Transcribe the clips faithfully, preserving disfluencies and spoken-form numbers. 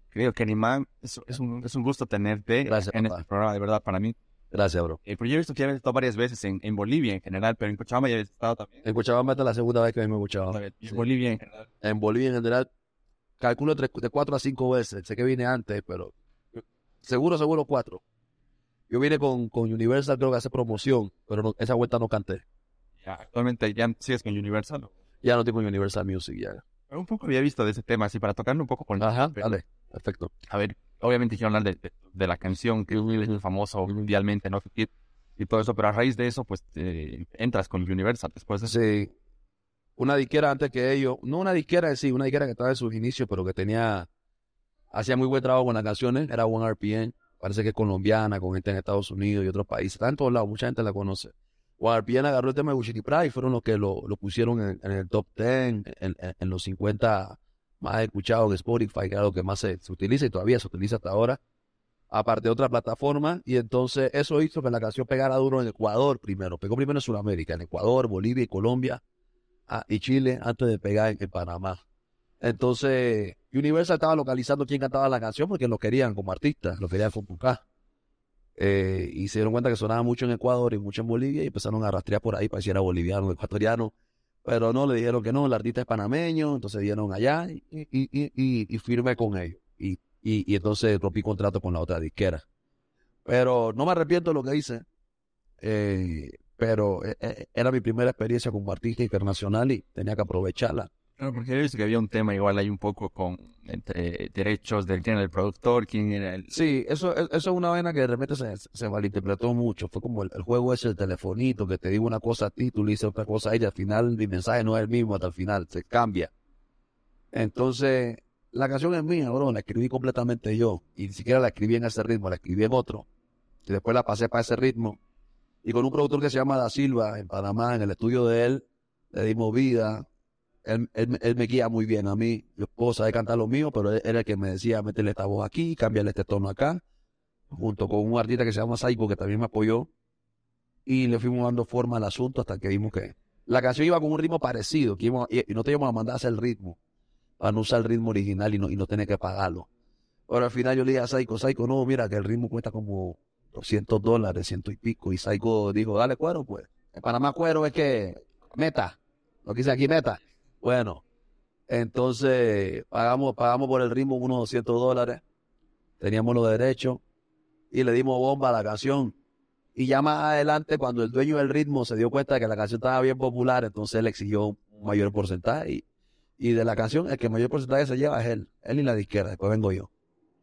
Querido Kenny Man, es, es, un, es un gusto tenerte Gracias, en papá. este programa, de verdad, para mí. Gracias, bro. Eh, pero yo he visto que habías estado varias veces en, en Bolivia en general, pero en Cochabamba ya habías estado también. En Cochabamba esta es la segunda vez que me he escuchado. Y en Sí. Bolivia en general. En Bolivia en general, calculo tres- de cuatro a cinco veces. Sé que vine antes, pero seguro, seguro cuatro. Yo vine con, con Universal, creo que hace promoción, pero no- esa vuelta no canté. Ya, actualmente ya sigues con Universal, ¿no? Ya no tengo Universal Music, ya. Pero un poco había visto de ese tema, así para tocarlo un poco con... Ajá, pero, dale, perfecto. A ver, obviamente quiero hablar de, de, de la canción que es muy famoso mundialmente, ¿no? Y, y todo eso, pero a raíz de eso, pues, eh, entras con Universal después de eso. Sí, una disquera antes que ellos, no una disquera en sí, una disquera que estaba en sus inicios, pero que tenía, hacía muy buen trabajo con las canciones, era One R P M, parece que es colombiana, con gente en Estados Unidos y otros países, está en todos lados, mucha gente la conoce. One R P M agarró el tema de Gucci Pride y fueron los que lo, lo pusieron en, en el top diez, en, en, en los cincuenta más escuchados de Spotify, que era lo que más se, se utiliza y todavía se utiliza hasta ahora, aparte de otra plataforma, y entonces eso hizo que la canción pegara duro en Ecuador primero, pegó primero en Sudamérica, en Ecuador, Bolivia y Colombia, ah, y Chile, antes de pegar en, en Panamá. Entonces, Universal estaba localizando quién cantaba la canción porque lo querían como artistas, lo querían como acá. Eh, y se dieron cuenta que sonaba mucho en Ecuador y mucho en Bolivia y empezaron a rastrear por ahí para si era boliviano o ecuatoriano. Pero no, le dijeron que no, el artista es panameño, entonces dieron allá y, y, y, y, y firmé con ellos. Y, y, y entonces rompí contrato con la otra disquera. Pero no me arrepiento de lo que hice. Eh, pero eh, eh, era mi primera experiencia como artista internacional y tenía que aprovecharla. Claro, porque he visto que había un tema igual ahí un poco con entre derechos del quién era el productor, quién era el... Sí, eso, eso es una vaina que de repente se, se malinterpretó mucho. Fue como el, el juego ese, el telefonito, que te digo una cosa a ti, tú le dices otra cosa a ella. Al final mi mensaje no es el mismo, hasta el final se cambia. Entonces, la canción es mía, bro, la escribí completamente yo. Y ni siquiera la escribí en ese ritmo, la escribí en otro. Y después la pasé para ese ritmo. Y con un productor que se llama Da Silva, en Panamá, en el estudio de él, le dimos vida. Él, él, él me guía muy bien a mí. Yo puedo saber cantar lo mío, pero él era el que me decía, métele esta voz aquí, cámbiale este tono acá. Junto con un artista que se llama Saiko, que también me apoyó. Y le fuimos dando forma al asunto hasta que vimos que la canción iba con un ritmo parecido. Que íbamos, y, y no te íbamos a mandar a hacer el ritmo, para no usar el ritmo original y no, y no tener que pagarlo. Pero al final yo le dije a Saiko, Saiko, no, mira, que el ritmo cuesta como doscientos dólares, ciento y pico. Y Saiko dijo, dale cuero, pues. En Panamá cuero es que meta. Lo que dice aquí meta. Bueno, entonces pagamos, pagamos por el ritmo unos doscientos dólares. Teníamos los derechos y le dimos bomba a la canción. Y ya más adelante, cuando el dueño del ritmo se dio cuenta de que la canción estaba bien popular, entonces él exigió un mayor porcentaje. Y, y de la canción, el que mayor porcentaje se lleva es él. Él y la disquera, después vengo yo.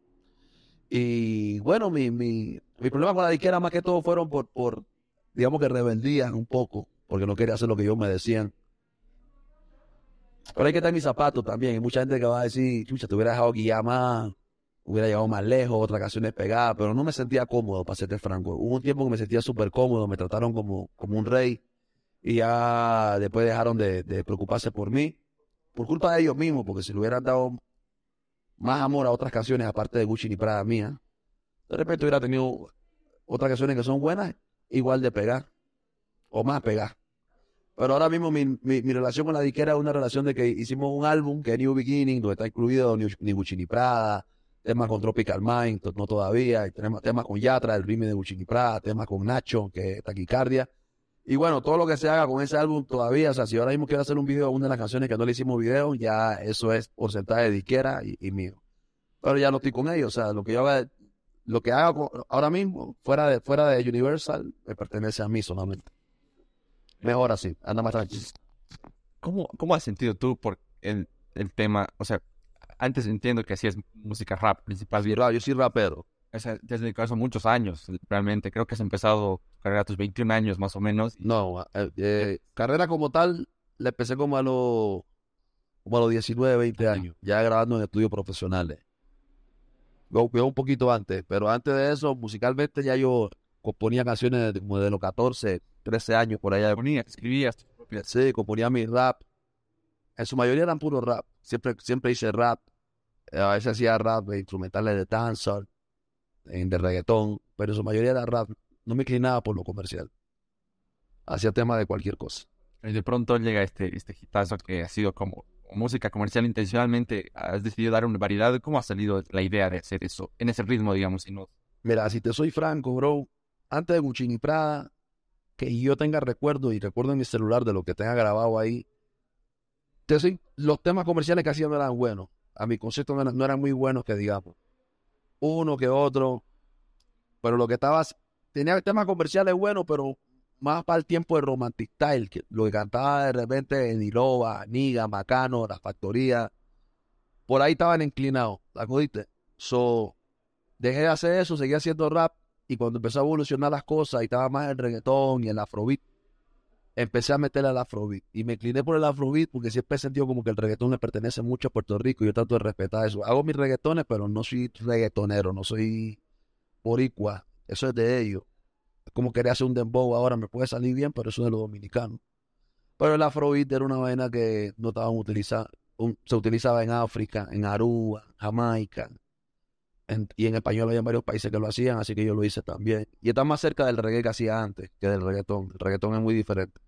Y bueno, mi, mi, mi problema con la disquera más que todo fueron por, por, digamos que rebeldía un poco, porque no quería hacer lo que ellos me decían. Pero hay que estar en mis zapatos también. Hay mucha gente que va a decir, chucha, te hubiera dejado guiar más, hubiera llegado más lejos, otras canciones pegadas, pero no me sentía cómodo, para serte franco. Hubo un tiempo que me sentía súper cómodo, me trataron como, como un rey, y ya después dejaron de, de preocuparse por mí, por culpa de ellos mismos, porque si le hubieran dado más amor a otras canciones, aparte de Gucci ni Prada mía, de repente hubiera tenido otras canciones que son buenas, igual de pegar, o más pegar. Pero ahora mismo mi, mi, mi relación con la disquera es una relación de que hicimos un álbum que es New Beginning, donde está incluido ni, ni Gucci ni Prada, temas con Tropical Mind, no todavía, y tenemos temas con Yatra, el remix de Gucci ni Prada, temas con Nacho, que es Taquicardia. Y bueno, todo lo que se haga con ese álbum todavía, o sea, si ahora mismo quiero hacer un video a una de las canciones que no le hicimos video, ya eso es porcentaje de disquera y, y mío. Pero ya no estoy con ellos, o sea, lo que yo haga, lo que haga con, ahora mismo, fuera de, fuera de Universal, me pertenece a mí solamente. Mejor así, anda más tranquilo. ¿Cómo, cómo has sentido tú por el, el tema? O sea, antes entiendo que hacías música rap principalmente. Sí, yo soy rapero. O sea, te has dedicado a eso muchos años, realmente. Creo que has empezado tu carrera a tus veintiún años más o menos. No, eh, eh, carrera como tal, la empecé como a los como a los diecinueve, veinte años, ya grabando en estudios profesionales. Yo, yo un poquito antes, pero antes de eso, musicalmente ya yo componía canciones de, como de los catorce, trece años por allá. Ponías, escribías tus propias. Sí, componía mi rap. En su mayoría eran puro rap. Siempre, siempre hice rap. Eh, a veces hacía rap de instrumentales de dancehall, de reggaetón, pero en su mayoría era rap. No me inclinaba por lo comercial. Hacía temas de cualquier cosa. Y de pronto llega este, este hitazo que ha sido como música comercial intencionalmente has decidido dar una variedad. ¿Cómo ha salido la idea de hacer eso en ese ritmo, digamos? Y no... Mira, si te soy franco, bro, antes de Gucci ni Prada, que yo tenga recuerdo y recuerdo en mi celular de lo que tenga grabado ahí, te soy, los temas comerciales que hacían no eran buenos. A mi concepto no eran, no eran muy buenos, que digamos. Uno que otro, pero lo que estaba, tenía temas comerciales buenos, pero más para el tiempo de Romantic Style, que lo que cantaba de repente Niloba, Niga, Macano, La Factoría, por ahí estaban inclinados, ¿la cogiste? So, dejé de hacer eso, seguí haciendo rap, y cuando empezó a evolucionar las cosas, y estaba más el reggaetón y el afrobeat, empecé a meterle al afrobeat, y me incliné por el afrobeat, porque siempre he sentido como que el reggaetón le pertenece mucho a Puerto Rico, y yo trato de respetar eso. Hago mis reggaetones, pero no soy reggaetonero, no soy boricua, eso es de ellos. Es como querer hacer un dembow ahora, me puede salir bien, pero eso es de los dominicanos. Pero el afrobeat era una vaina que no estaban utilizando, un, se utilizaba en África, en Aruba, Jamaica, en, y en español había varios países que lo hacían, así que yo lo hice también. Y está más cerca del reggae que hacía antes que del reggaetón. El reggaetón es muy diferente.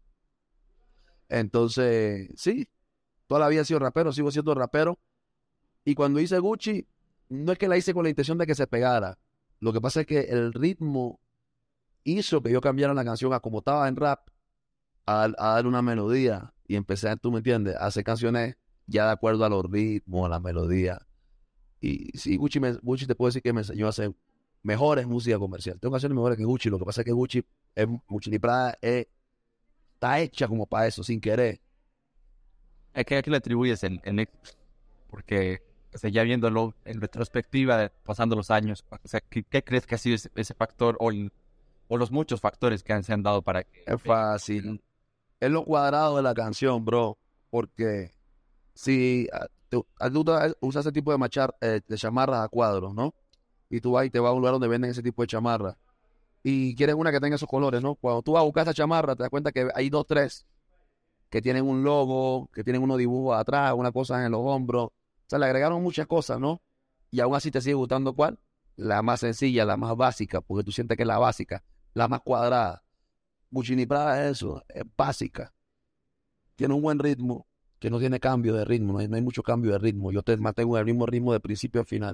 Entonces, sí, toda la vida he sido rapero, sigo siendo rapero. Y cuando hice Gucci, no es que la hice con la intención de que se pegara. Lo que pasa es que el ritmo hizo que yo cambiara la canción a como estaba en rap, a, a dar una melodía. Y empecé, tú me entiendes, a hacer canciones ya de acuerdo a los ritmos, a la melodía. Y sí, Gucci, me, Gucci te puedo decir que me enseñó a hacer mejores música comercial. Tengo canciones mejores que Gucci. Lo que pasa es que Gucci, es, Gucci ni Prada es, está hecha como para eso, sin querer. ¿A qué, a qué le atribuyes el, el éxito? Porque, o sea, ya viéndolo en retrospectiva, pasando los años, o sea, ¿qué, qué crees que ha sido ese, ese factor o, el, o los muchos factores que han, se han dado para que... Es fácil. Es lo cuadrado de la canción, bro. Porque si tú, tú usas ese tipo de, machar, eh, de chamarras a cuadros, ¿no? Y tú vas y te vas a un lugar donde venden ese tipo de chamarras. Y quieres una que tenga esos colores, ¿no? Cuando tú vas a buscar esa chamarra, te das cuenta que hay dos, tres que tienen un logo, que tienen unos dibujos atrás, una cosa en los hombros. O sea, le agregaron muchas cosas, ¿no? Y aún así te sigue gustando ¿cuál? La más sencilla, la más básica, porque tú sientes que es la básica, la más cuadrada. Gucci ni Prada es eso, es básica. Tiene un buen ritmo, que no tiene cambio de ritmo, no hay, no hay mucho cambio de ritmo. Yo te mantengo el mismo ritmo de principio a final.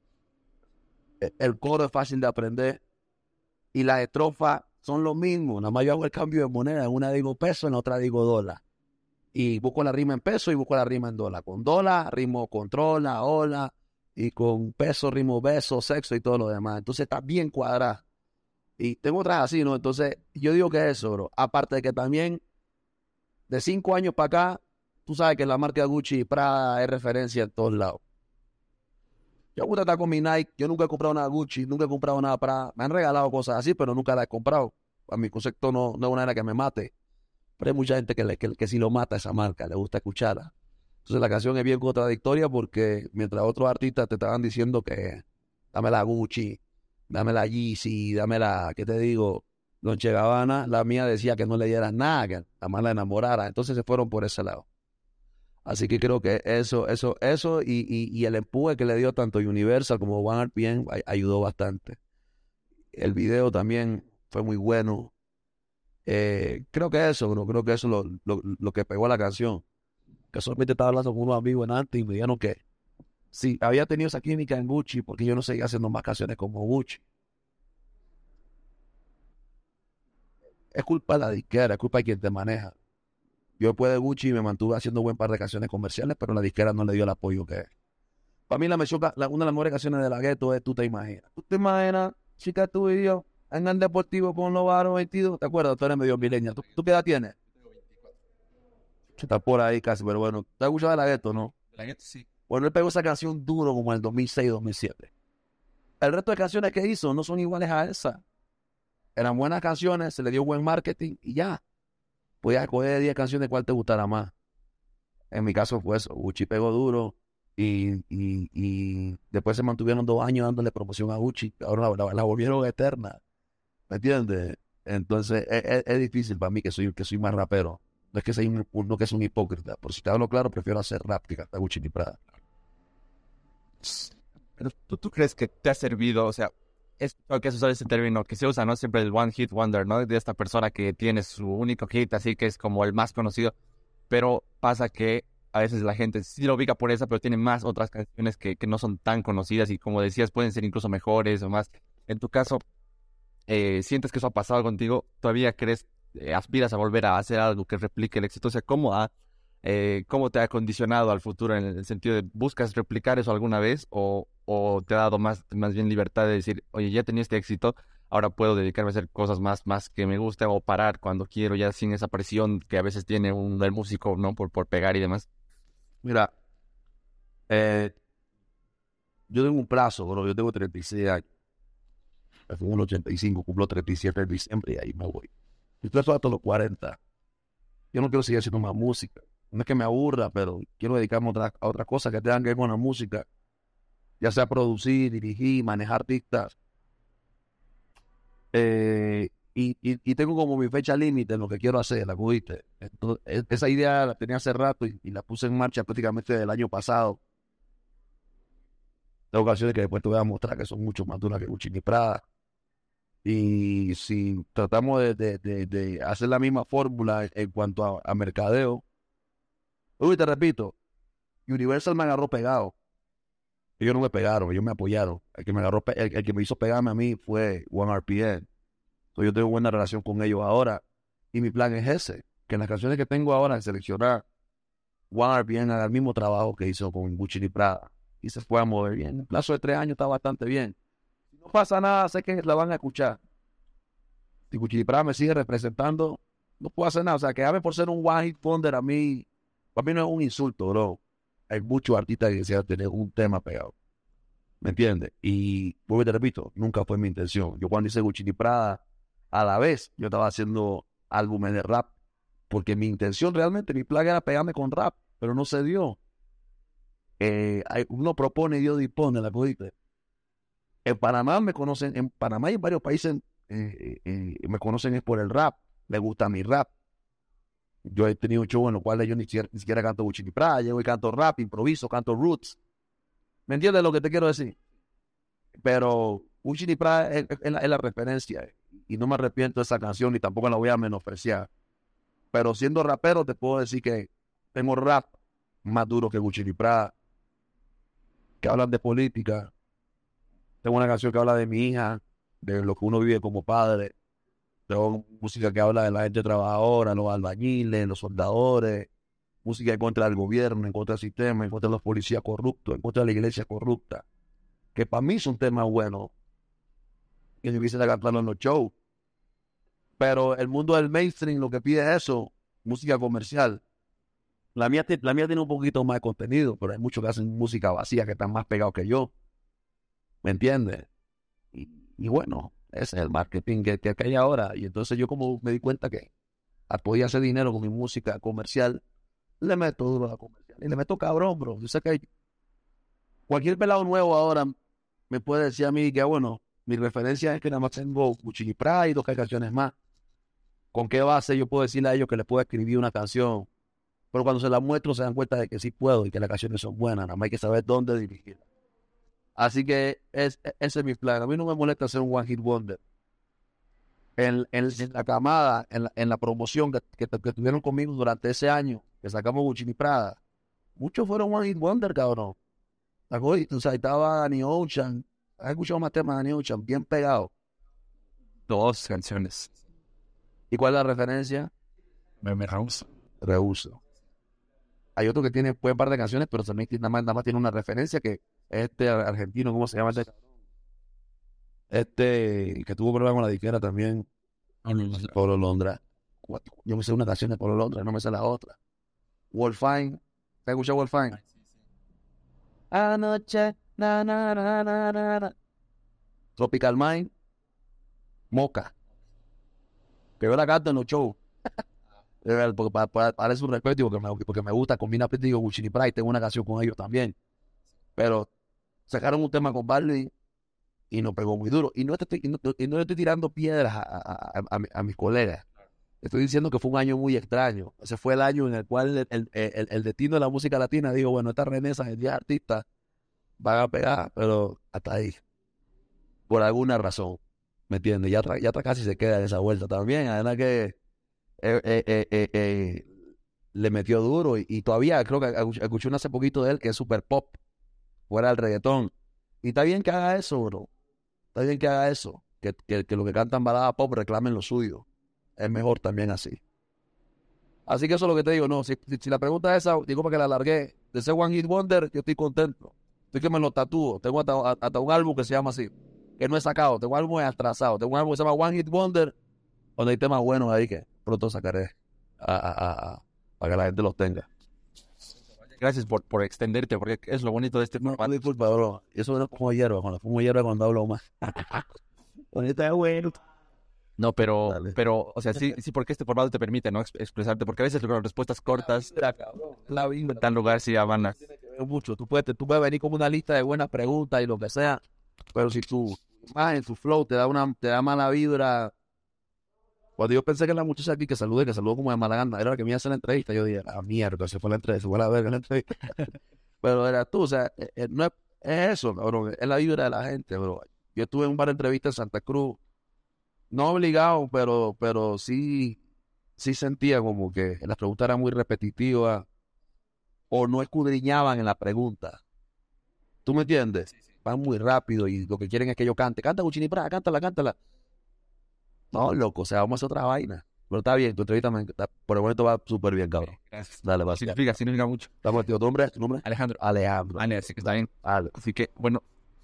El coro es fácil de aprender y las estrofas son lo mismo. Nada más yo hago el cambio de moneda. En una digo peso, en la otra digo dólar. Y busco la rima en peso y busco la rima en dólar. Con dólar rimo controla, hola. Y con peso rimo beso, sexo y todo lo demás. Entonces está bien cuadrada. Y tengo otras así, ¿no? Entonces yo digo que eso, bro. Aparte de que también de cinco años para acá, tú sabes que la marca Gucci y Prada es referencia en todos lados. Yo me gusta estar con mi Nike. Yo nunca he comprado nada Gucci, nunca he comprado nada Prada. Me han regalado cosas así, pero nunca las he comprado. A mi concepto no, no es una era que me mate. Pero hay mucha gente que, le, que, que sí lo mata a esa marca, le gusta escucharla. Entonces la canción es bien contradictoria porque mientras otros artistas te estaban diciendo que dame la Gucci, dame la Yeezy, dame la, ¿qué te digo? Dolce Gabbana, la mía decía que no le dieras nada, que la más la enamorara. Entonces se fueron por ese lado. Así que creo que eso, eso, eso y, y, y el empuje que le dio tanto Universal como One R P M ayudó bastante. El video también fue muy bueno. Eh, creo que eso, bro, creo que eso es lo, lo, lo que pegó a la canción. Que solamente estaba hablando con unos amigos en antes y me dijeron que sí, había tenido esa química en Gucci porque yo no seguía haciendo más canciones como Gucci. Es culpa de la disquera, es culpa de quien te maneja. Yo después de Gucci me mantuve haciendo buen par de canciones comerciales, pero la disquera no le dio el apoyo que es. Para mí la, mención, la una de las mejores canciones de La Ghetto es Tú te imaginas. Tú te imaginas, chica, tú y yo, en el deportivo con los varos veintidós. ¿Te acuerdas? Tú eres medio milenia. ¿Tú, ¿Tú qué edad tienes? Está por ahí casi, pero bueno. ¿Te has escuchado de La Ghetto, no? La Ghetto sí. Bueno, él pegó esa canción duro como en el dos mil seis, dos mil siete. El resto de canciones que hizo no son iguales a esa. Eran buenas canciones, se le dio buen marketing y ya. Podías escoger diez canciones cuál te gustara más. En mi caso fue eso. Gucci pegó duro y, y, y después se mantuvieron dos años dándole promoción a Gucci. Ahora la, la, la volvieron eterna. ¿Me entiendes? Entonces es, es, es difícil para mí que soy, que soy más rapero. No es que soy un, no que soy un hipócrita. Por si te hablo claro, prefiero hacer rap que cantar Gucci ni Prada. Pero ¿tú, tú crees que te ha servido? O sea, es que se usa ese término que se usa, ¿no? Siempre el one hit wonder, ¿no? De esta persona que tiene su único hit, así que es como el más conocido. Pero pasa que a veces la gente sí lo ubica por esa, pero tiene más otras canciones que, que no son tan conocidas y como decías, pueden ser incluso mejores o más. En tu caso, eh, ¿sientes que eso ha pasado contigo? ¿Todavía crees, eh, aspiras a volver a hacer algo que replique el éxito? O sea, ¿cómo ha, eh, cómo te ha condicionado al futuro en el sentido de, ¿buscas replicar eso alguna vez o, o te ha dado más, más bien libertad de decir, oye, ya tenía este éxito, ahora puedo dedicarme a hacer cosas más, más que me gusten o parar cuando quiero, ya sin esa presión que a veces tiene un el músico, ¿no? Por, por pegar y demás. Mira, eh, yo tengo un plazo, bro. Yo tengo treinta y seis años. Fui en el ochenta y cinco, cumplo treinta y siete de diciembre y ahí me voy. Y estoy hasta los cuarenta. Yo no quiero seguir haciendo más música. No es que me aburra, pero quiero dedicarme a otra, a otra cosa que tengan que ver con la música. Ya sea producir, dirigir, manejar artistas. Eh, y, y, y tengo como mi fecha límite en lo que quiero hacer, ¿la cogiste? Entonces, e- esa idea la tenía hace rato y, y la puse en marcha prácticamente desde el año pasado. Tengo canciones que después te voy a mostrar que son mucho más duras que Gucci y Prada. Y si tratamos de, de, de, de hacer la misma fórmula en cuanto a, a mercadeo, uy, te repito, Universal me agarró pegado. Ellos no me pegaron, ellos me apoyaron. El que me agarró, pe- el, el que me hizo pegarme a mí fue One R P M. Entonces yo tengo buena relación con ellos ahora. Y mi plan es ese, que en las canciones que tengo ahora, seleccionar One R P M haga el mismo trabajo que hizo con Gucci y Prada. Y se fue a mover bien. En el plazo de tres años está bastante bien. Si no pasa nada, sé que la van a escuchar. Si Gucci y Prada me sigue representando, no puedo hacer nada. O sea, que ame por ser un one hit wonder a mí, para mí no es un insulto, bro. Hay muchos artistas que quisieran tener un tema pegado. ¿Me entiendes? Y, vuelvo y te repito, nunca fue mi intención. Yo cuando hice Gucci y Prada, a la vez, yo estaba haciendo álbumes de rap, porque mi intención realmente, mi plan era pegarme con rap, pero no se dio. Eh, hay, uno propone y Dios dispone, la cogiste. En Panamá me conocen, en Panamá y en varios países eh, eh, eh, me conocen es por el rap, me gusta mi rap. Yo he tenido un show en los cuales yo ni siquiera, ni siquiera canto Gucci y Prada, llego y canto rap, improviso, canto roots. ¿Me entiendes lo que te quiero decir? Pero Gucci y Prada es, es, es, la, es la referencia y no me arrepiento de esa canción ni tampoco la voy a menospreciar. Pero siendo rapero te puedo decir que tengo rap más duro que Gucci y Prada, que hablan de política. Tengo una canción que habla de mi hija, de lo que uno vive como padre. Tengo música que habla de la gente trabajadora, los albañiles, los soldadores. Música en contra del gobierno, en contra del sistema, en contra de los policías corruptos, en contra de la iglesia corrupta. Que para mí son temas buenos que yo quisiera cantarlo en los shows. Pero el mundo del mainstream lo que pide es eso, música comercial. La mía, la mía tiene un poquito más de contenido, pero hay muchos que hacen música vacía que están más pegados que yo. ¿Me entiendes? Y, y bueno, ese es el marketing que, que, que hay ahora. Y entonces yo como me di cuenta que podía hacer dinero con mi música comercial, le meto duro a la comercial. Y le meto cabrón, bro. Yo sé que hay... cualquier pelado nuevo ahora me puede decir a mí que, bueno, mi referencia es que nada más tengo Gucci y Prada y dos canciones más. ¿Con qué base yo puedo decirle a ellos que les puedo escribir una canción? Pero cuando se la muestro se dan cuenta de que sí puedo y que las canciones son buenas. Nada más hay que saber dónde dirigirlas. Así que es, ese es mi plan. A mí no me molesta ser un one hit wonder. En, en, en la camada, en la, en la promoción que, que, que tuvieron conmigo durante ese año, que sacamos Gucci y Prada, muchos fueron one hit wonder, cabrón. O sea, estaba Danny Ocean. ¿Has escuchado más temas de Danny Ocean? Bien pegado. Dos canciones. ¿Y cuál es la referencia? Me, me rehuso. Rehuso. Hay otro que tiene pues, un par de canciones, pero también nada más, nada más tiene una referencia que este argentino, ¿cómo se llama este? Este, que tuvo problemas con la disquera también. Polo Londra. Yo me sé una canción de Polo Londra, no me sé la otra. Wolfine. ¿Te has escuchado Wolfine? Anoche, na, na, na, na, na, na. Tropical Mind. Moca. Que yo la canto en los shows. Porque para, para, para eso respeto y porque me, porque me gusta combinar digo Gucci y Prada y tengo una canción con ellos también. Pero sacaron un tema con Barley y nos pegó muy duro. Y no, estoy, y no, y no le estoy tirando piedras a, a, a, a, a mis colegas. Estoy diciendo que fue un año muy extraño. Ese fue el año en el cual el, el, el, el destino de la música latina dijo, bueno, estas remesas de diez artistas van a pegar, pero hasta ahí. Por alguna razón. ¿Me entiendes? Ya, tra, ya tra casi se queda en esa vuelta también. Además que eh, eh, eh, eh, eh, le metió duro y, y todavía creo que escuché escuché una hace poquito de él que es super pop, fuera del reggaetón. Y está bien que haga eso, bro. Está bien que haga eso. Que, que, que los que cantan balada pop reclamen lo suyo. Es mejor también así. Así que eso es lo que te digo. No, si, si, si la pregunta es esa, digo para que la alargué. De ese One Hit Wonder, yo estoy contento. Estoy que me lo tatúo. Tengo hasta, hasta un álbum que se llama así. Que no he sacado. Tengo un álbum atrasado. Tengo un álbum que se llama One Hit Wonder. Donde hay temas buenos ahí que pronto sacaré. A, a, a, a, para que la gente los tenga. Gracias por, por extenderte, porque es lo bonito de este No, formato. disculpa, bro. Eso no como hierba. Cuando fumo hierba cuando hablo más. Bonito es bueno. No, pero, Dale. pero, o sea, sí, sí, porque este formato te permite, ¿no? Ex- expresarte, porque a veces con respuestas cortas, La cabrón. La vibra. en tal lugar sí ya van a... Tiene que ver mucho. Tú puedes, tú puedes venir con una lista de buenas preguntas y lo que sea, pero si tu imagen, tu flow te da una, te da mala vibra. Cuando yo pensé que la muchacha aquí que saludé, que saludó como de mala gana, era la que me iba a hacer la entrevista, yo dije, ah, mierda, se fue la entrevista, se fue la verga la entrevista. Pero era tú, o sea, eh, eh, no es, es eso, cabrón, es la vibra de la gente, bro. Yo estuve en un par de entrevistas en Santa Cruz, no obligado, pero, pero sí, sí sentía como que las preguntas eran muy repetitivas o no escudriñaban en la pregunta. ¿Tú me entiendes? Sí, sí. Van muy rápido y lo que quieren es que yo cante. Canta, Guchini Prada, cántala, cántala. No, loco, o sea, vamos a hacer otra vaina. Pero está bien, tu entrevista me, está, por el momento va súper bien, cabrón. Gracias. Dale, va. Significa, significa mucho. Estamos, tío, ¿tu nombre? ¿Tu nombre? Alejandro. Alejandro. Ale, así que está bien. Dale. Así que, bueno,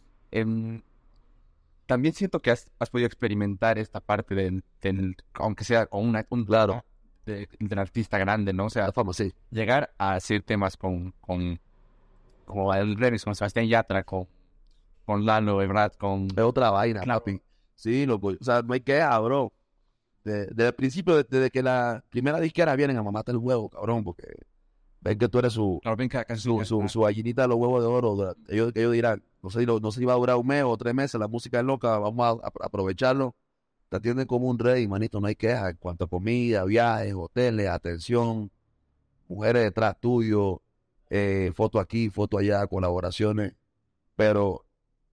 em, también siento que has, has podido experimentar esta parte del, del- aunque sea con una, un Claro. de, de un artista grande, ¿no? O sea, La fama, sí. llegar a hacer temas con, con como el remix con Sebastián Yatra, con, con Lalo Ebrard, con... Es otra vaina, Claro. papi. Sí, loco. O sea, no hay queja, bro. De- desde el principio, de- desde que la primera disquera vienen a mamarte el huevo, cabrón, porque ven que tú eres su, Claro, ven que casi su, su, su gallinita de los huevos de oro. de- Ellos, ellos dirán, no sé, si lo- no sé si va a durar un mes o tres meses, la música es loca, vamos a, a- aprovecharlo. Te atienden como un rey, manito, no hay queja en cuanto a comida, viajes, hoteles, atención, mujeres detrás tuyo, eh, foto aquí, foto allá, colaboraciones, pero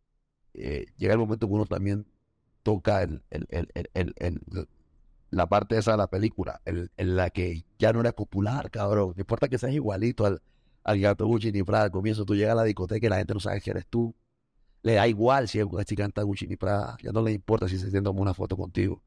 eh, llega el momento que uno también toca el, el, el, el, el- el- la parte esa de la película, el- en la que ya no eres popular, cabrón. No importa que seas igualito al, al gato Gucci ni Prada. Al comienzo tú llegas a la discoteca y la gente no sabe que eres tú. Le da igual si, si canta Gucci ni Prada. Ya no le importa si se siente como una foto contigo.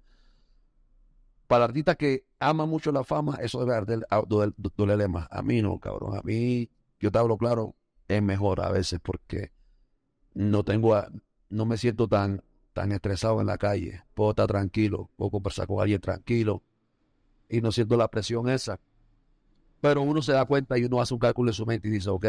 Para artistas que aman mucho la fama, eso debe arder- a- doler- dolerle más. A mí no, cabrón. A mí, yo te hablo claro, es mejor a veces porque no tengo, a- no me siento tan, tan estresado en la calle. Puedo estar tranquilo, puedo conversar con alguien tranquilo y no siento la presión esa. Pero uno se da cuenta y uno hace un cálculo en su mente y dice, ok,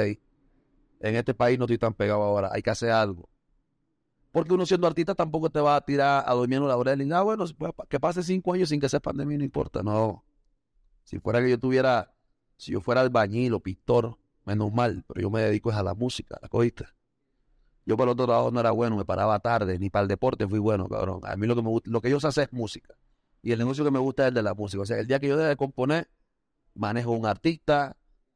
en este país no estoy tan pegado ahora, hay que hacer algo. Porque uno siendo artista tampoco te va a tirar a dormir en la laurel y nada, bueno, si puede pa- que pase cinco años sin que sea pandemia no importa, no. Si fuera que yo tuviera, si yo fuera albañil o pintor, menos mal, pero yo me dedico es a la música, ¿la cogiste? Yo para el otro lado no era bueno, me paraba tarde, ni para el deporte fui bueno, cabrón. A mí lo que me gusta, lo que yo sé hacer es música. Y el negocio que me gusta es el de la música. O sea, el día que yo deje de componer, manejo un artista,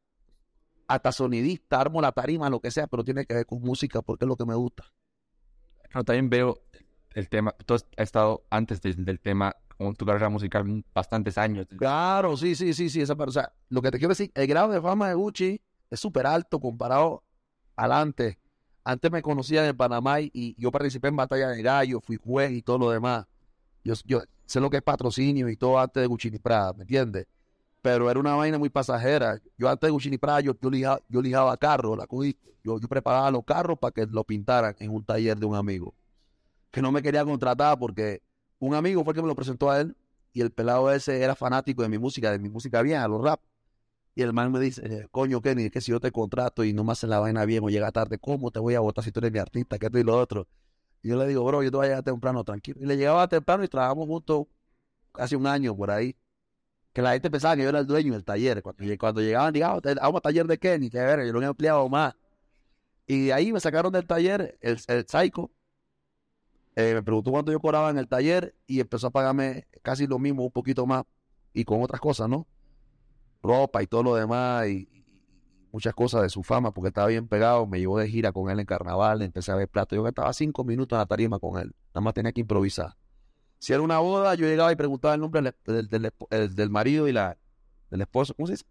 hasta sonidista, armo la tarima, lo que sea, pero tiene que ver con música porque es lo que me gusta. Claro, también veo el tema, tú has estado antes de- del tema con tu carrera musical bastantes años. Claro, sí, sí, sí, sí, esa parte. O sea, lo que te quiero decir, el grado de fama de Gucci es súper alto comparado al antes. Antes me conocían en Panamá y, y yo participé en Batalla de Gallo, fui juez y todo lo demás. Yo, yo sé lo que es patrocinio y todo antes de Gucci ni Prada, ¿me entiendes? Pero era una vaina muy pasajera. Yo antes de Gucci ni Prada, yo, yo, lijaba, yo lijaba carros, la cogiste. Yo, yo preparaba los carros para que lo pintaran en un taller de un amigo. Que no me quería contratar porque un amigo fue el que me lo presentó a él y el pelado ese era fanático de mi música, de mi música vieja, los rap. Y el man me dice, eh, coño, Kenny, es que si yo te contrato y no me hacen la vaina bien o llega tarde, ¿cómo te voy a votar si tú eres mi artista, que esto y lo otro? Y yo le digo, bro, yo te voy a llegar temprano, tranquilo. Y le llegaba temprano y trabajamos juntos casi un año por ahí. Que la gente pensaba que yo era el dueño del taller. Cuando, lleg- cuando llegaban, digamos, vamos a taller de Kenny, que ver, yo lo había empleado más. Y de ahí me sacaron del taller el, el Psycho. Eh, me preguntó cuánto yo cobraba en el taller y empezó a pagarme casi lo mismo, un poquito más, y con otras cosas, ¿no? Ropa y todo lo demás, y, y muchas cosas de su fama, porque estaba bien pegado. Me llevó de gira con él en carnaval, empecé a ver plato. Yo estaba cinco minutos en la tarima con él, nada más tenía que improvisar. Si era una boda, yo llegaba y preguntaba el nombre del, del, del, del marido y la del esposo, ¿cómo se dice?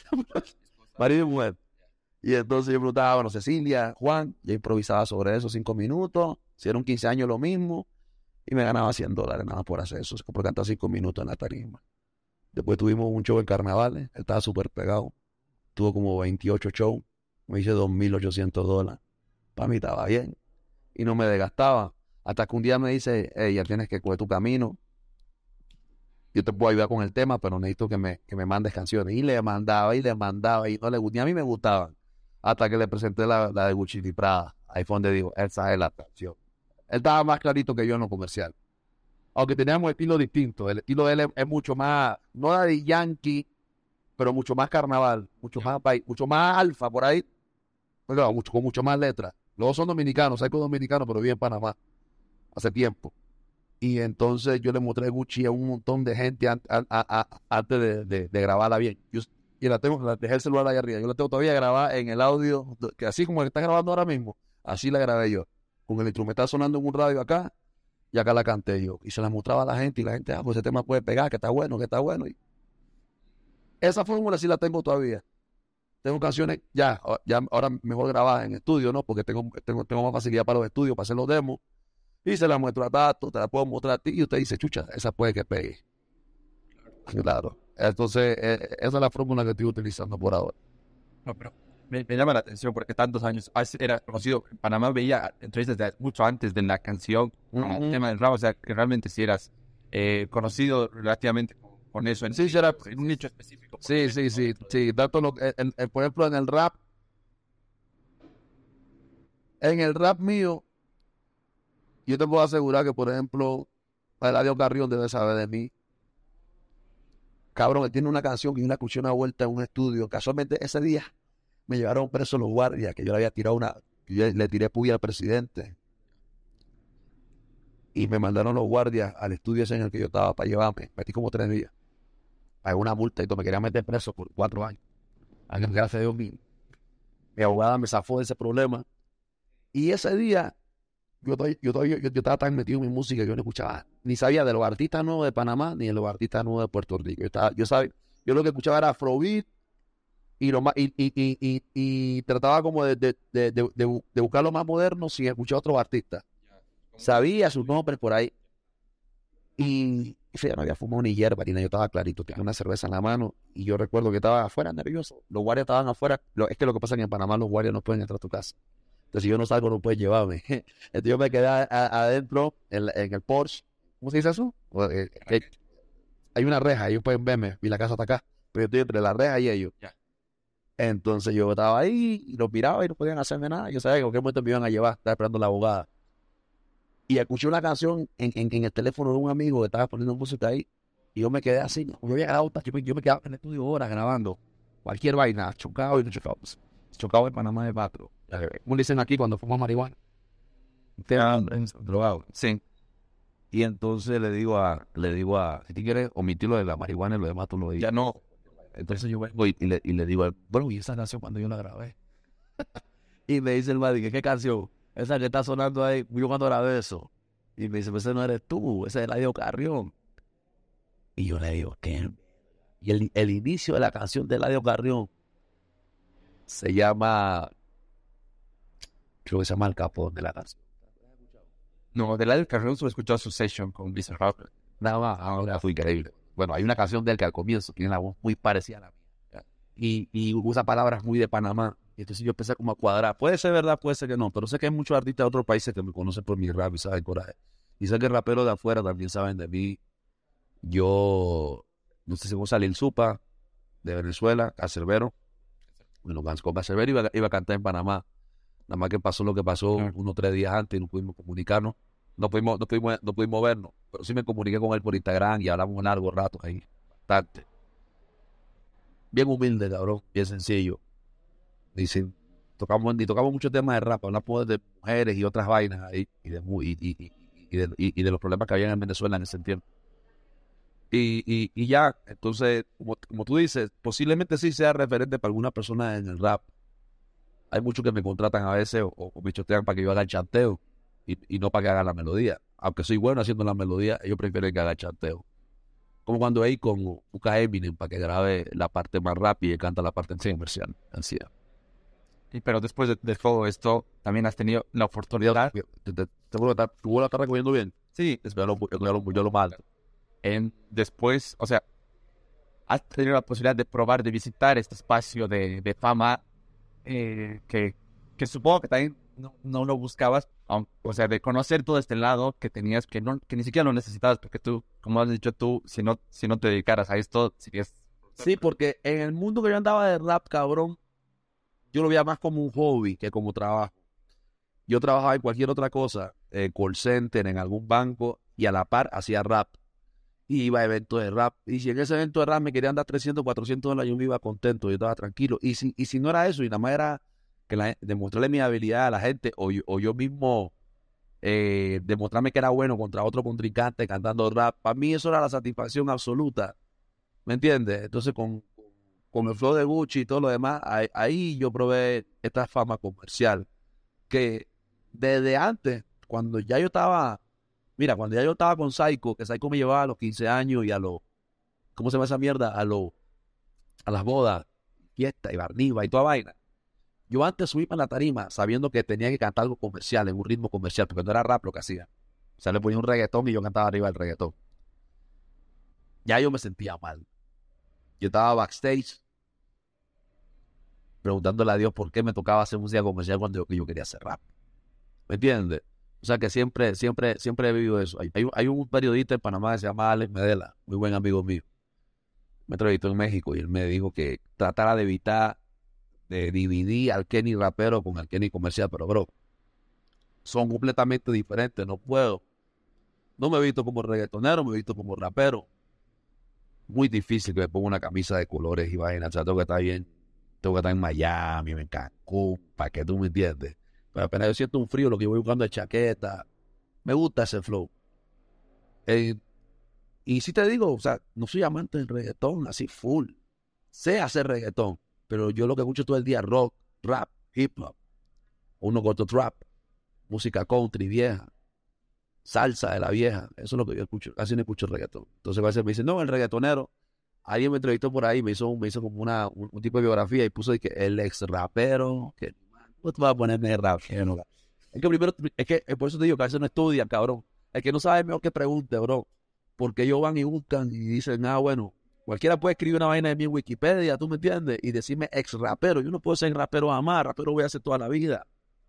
Marido y mujer. Y entonces yo preguntaba, bueno, Cecilia, Juan, yo improvisaba sobre eso cinco minutos, si eran quince años lo mismo, y me ganaba cien dólares nada más por hacer eso, por cantar cinco minutos en la tarima. Después tuvimos un show en carnavales, él estaba súper pegado, tuvo como veintiocho shows, me hice dos mil ochocientos dólares, para mí estaba bien, y no me desgastaba, hasta que un día me dice, hey, ya tienes que coger tu camino, yo te puedo ayudar con el tema, pero necesito que me, que me mandes canciones, y le mandaba, y le mandaba, y no le gustaba, a mí me gustaban. Hasta que le presenté la, la de Gucci y Prada. Ahí fue donde digo, esa es la canción. Él estaba más clarito que yo en lo comercial. Aunque teníamos estilos distintos. El estilo de él es, es mucho más, no la de Yankee, pero mucho más carnaval, mucho más mucho más alfa por ahí. Bueno, mucho, con mucho más letras. Los dos son dominicanos, Psycho dominicano, pero vive en Panamá. Hace tiempo. Y entonces yo le mostré Gucci a un montón de gente an, a, a, a, antes de, de, de grabarla bien. Yo, y la tengo, la dejé el celular ahí arriba. Yo la tengo todavía grabada en el audio, que así como la está grabando ahora mismo, así la grabé yo. Con el instrumental sonando en un radio acá, y acá la canté yo. Y se la mostraba a la gente, y la gente, ah, pues ese tema puede pegar, que está bueno, que está bueno. Y esa fórmula sí la tengo todavía. Tengo canciones ya, ya ahora mejor grabadas en estudio, ¿no? Porque tengo, tengo, tengo más facilidad para los estudios, para hacer los demos. Y se la muestro a Tato, te la puedo mostrar a ti, y usted dice, chucha, esa puede que pegue. Claro. Entonces, eh, esa es la fórmula que estoy utilizando por ahora. No, pero me, me llama la atención porque tantos años era conocido. En Panamá veía entrevistas de mucho antes de la canción, uh-huh. con el tema del rap, o sea, que realmente si eras eh, conocido relativamente con, con eso. En, sí, sí, era en un nicho específico. Sí, sí, sí, sí. Tanto lo, en, en, por ejemplo, en el rap, en el rap mío, yo te puedo asegurar que, por ejemplo, Eladio Carrión debe saber de mí. Cabrón, él tiene una canción que yo la escuché una vuelta en un estudio. Casualmente ese día me llevaron preso los guardias, que yo le había tirado una, yo le tiré puya al presidente. Y me mandaron los guardias al estudio ese en el que yo estaba para llevarme. Metí como tres días. Pagué una multa y todo, me quería meter preso por cuatro años. Gracias a Dios, mi, mi abogada me zafó de ese problema. Y ese día, yo, yo, yo, yo, yo estaba tan metido en mi música que yo no escuchaba, ni sabía de los artistas nuevos de Panamá, ni de los artistas nuevos de Puerto Rico. Yo, estaba, yo, sabía, yo lo que escuchaba era Afrobeat y, lo más, y, y, y, y, y trataba como de, de, de, de, de, de buscar lo más moderno sin escuchar a otros artistas. Sabía sus nombres por ahí. Y, y yo no había fumado ni hierba, ni nada. Yo estaba clarito, tenía una cerveza en la mano y yo recuerdo que estaba afuera nervioso. Los guardias estaban afuera. Lo, es que lo que pasa es que en Panamá los guardias no pueden entrar a tu casa. Entonces, si yo no salgo, no puedes llevarme. Entonces, yo me quedé a, a, adentro, en, en el Porsche. ¿Cómo se dice eso? Eh, eh, hay una reja, ellos pueden verme, y la casa está acá. Pero yo estoy entre la reja y ellos. Yeah. Entonces, yo estaba ahí, y los miraba y no podían hacerme nada. Yo sabía que en cualquier momento me iban a llevar, estaba esperando la abogada. Y escuché una canción en, en, en el teléfono de un amigo que estaba poniendo música ahí. Y yo me quedé así. ¿No? Yo había quedado, yo me, yo me quedaba en el estudio horas grabando. Cualquier vaina, chocado y no chocado. Chocado en Panamá de Patro. Como dicen aquí cuando fuimos marihuana. Ah, drogado. Sí. Y entonces le digo a, le digo a, si tú quieres omitir lo de la marihuana y lo demás tú lo dices. Ya no. Entonces yo vengo y, y, le, y le digo, bueno, ¿y esa canción cuando yo la grabé? Y me dice el madre, ¿qué canción? Esa que está sonando ahí, yo cuando grabé eso. Y me dice, pues ese no eres tú, ese es Eladio Carrión. Y yo le digo, ¿qué? Y el, el inicio de la canción de Eladio Carrión se llama, creo que se llama El Capón de la canción. No, de Eladio Carrión solo he escuchado su session con Bizarre Rap. Nada más, ahora fue increíble. Bueno, hay una canción de él que al comienzo tiene la voz muy parecida a la mía. Y, y usa palabras muy de Panamá. Y entonces yo empecé como a cuadrar. Puede ser verdad, puede ser que no. Pero sé que hay muchos artistas de otros países que me conocen por mi rap y saben coraje. Y sé que raperos de afuera también saben de mí. Yo, no sé si vos salí el Supa de Venezuela, Cancerbero. Bueno, con Cancerbero iba, iba a cantar en Panamá. Nada más que pasó lo que pasó uh-huh. unos tres días antes y no pudimos comunicarnos. No pudimos, no pudimos, no pudimos vernos. Pero sí me comuniqué con él por Instagram y hablamos un largo rato ahí. Bastante. Bien humilde, cabrón. Bien sencillo. Dicen, tocamos, y tocamos muchos temas de rap. Hablamos de mujeres y otras vainas ahí. Y de, y, y, y, y, de, y, y de los problemas que había en Venezuela en ese tiempo. Y, y, y ya, entonces, como, como tú dices, posiblemente sí sea referente para alguna persona en el rap. Hay muchos que me contratan a veces o, o me chotean para que yo haga el chanteo y, y no para que haga la melodía. Aunque soy bueno haciendo la melodía, ellos prefieren que haga el chanteo. como cuando ahí con busca a Eminem para que grabe la parte más rápida y canta la parte comercial. Así es. Y pero después de, de todo esto, también has tenido la oportunidad. Te, te, te, te vuelvo a estar, ¿tú vuelvo a estar recogiendo bien? Sí, Yo lo, yo lo, yo lo malo. En, después, o sea, has tenido la posibilidad de probar, de visitar este espacio de, de fama eh, que, que supongo que también no, no lo buscabas, aunque, o sea, de conocer todo este lado que tenías, que no que ni siquiera lo necesitabas, porque tú, como has dicho tú, si no, si no te dedicaras a esto, serías... Sí, porque en el mundo que yo andaba de rap, cabrón, yo lo veía más como un hobby que como trabajo. Yo trabajaba en cualquier otra cosa, eh, call center, en algún banco, y a la par hacía rap. Y iba a eventos de rap. Y si en ese evento de rap me querían dar trescientos, cuatrocientos dólares, yo me iba contento, yo estaba tranquilo. Y si, y si no era eso, y nada más era que la, demostrarle mi habilidad a la gente, o yo, o yo mismo eh, demostrarme que era bueno contra otro contrincante cantando rap, para mí eso era la satisfacción absoluta. ¿Me entiendes? Entonces con, con el flow de Gucci y todo lo demás, ahí, ahí yo probé esta fama comercial. Que desde antes, cuando ya yo estaba... Mira, cuando ya yo estaba con Psycho, que Psycho me llevaba a los quince años y a los... ¿Cómo se llama esa mierda? A los... A las bodas, fiesta y barniva y toda vaina. Yo antes subí para la tarima sabiendo que tenía que cantar algo comercial, en un ritmo comercial, porque no era rap lo que hacía. O sea, le ponía un reggaetón y yo cantaba arriba del reggaetón. Ya yo me sentía mal. Yo estaba backstage preguntándole a Dios por qué me tocaba hacer música comercial cuando yo, yo quería hacer rap. ¿Me entiendes? O sea que siempre, siempre, siempre he vivido eso. Hay, hay, hay un periodista en Panamá que se llama Alex Medela, muy buen amigo mío. Me entrevistó en México y él me dijo que tratara de evitar de dividir al Kenny rapero con al Kenny comercial, pero bro, son completamente diferentes, no puedo. No me he visto como reggaetonero, me he visto como rapero. Muy difícil que me ponga una camisa de colores y vainas. O sea, tengo que estar bien, tengo que estar en Miami, en Cancún, para que tú me entiendes. Pero apenas yo siento un frío, lo que yo voy buscando es chaqueta. Me gusta ese flow. Eh, y si te digo, o sea, no soy amante del reggaetón, así full. Sé hacer reggaetón, pero yo lo que escucho todo el día es rock, rap, hip hop, uno corto trap, música country vieja, salsa de la vieja. Eso es lo que yo escucho. Casi no escucho reggaetón. Entonces a veces me dicen, no, el reggaetonero. Alguien me entrevistó por ahí, me hizo, me hizo como una, un, un tipo de biografía y puso que el ex rapero, que no te vas a ponerme rapero. Es que primero, es que por eso te digo que a veces no estudian, cabrón. El que no sabe mejor que pregunte, bro. Porque ellos van y buscan y dicen, ah, bueno, cualquiera puede escribir una vaina de mi Wikipedia, ¿tú me entiendes? Y decirme ex rapero. Yo no puedo ser rapero jamás, rapero voy a hacer toda la vida.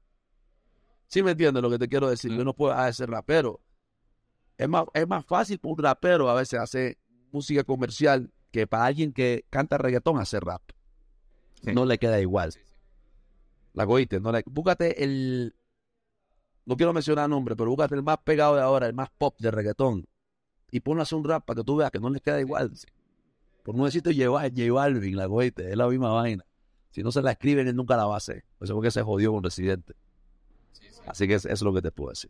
¿Sí me entiendes lo que te quiero decir? Yo no puedo hacer rapero. Es más, es más fácil para un rapero a veces hacer música comercial que para alguien que canta reggaetón hacer rap. Sí. No le queda igual. La cogiste, no le... Búscate el... No quiero mencionar nombre, pero búscate el más pegado de ahora, el más pop de reggaetón. Y ponle a hacer un rap para que tú veas que no le queda igual. Por no decirte J Balvin, la cogiste, es la misma vaina. Si no se la escriben, él nunca la va a hacer. Por eso es porque se jodió con Residente. Sí, sí. Así que eso es lo que te puedo decir.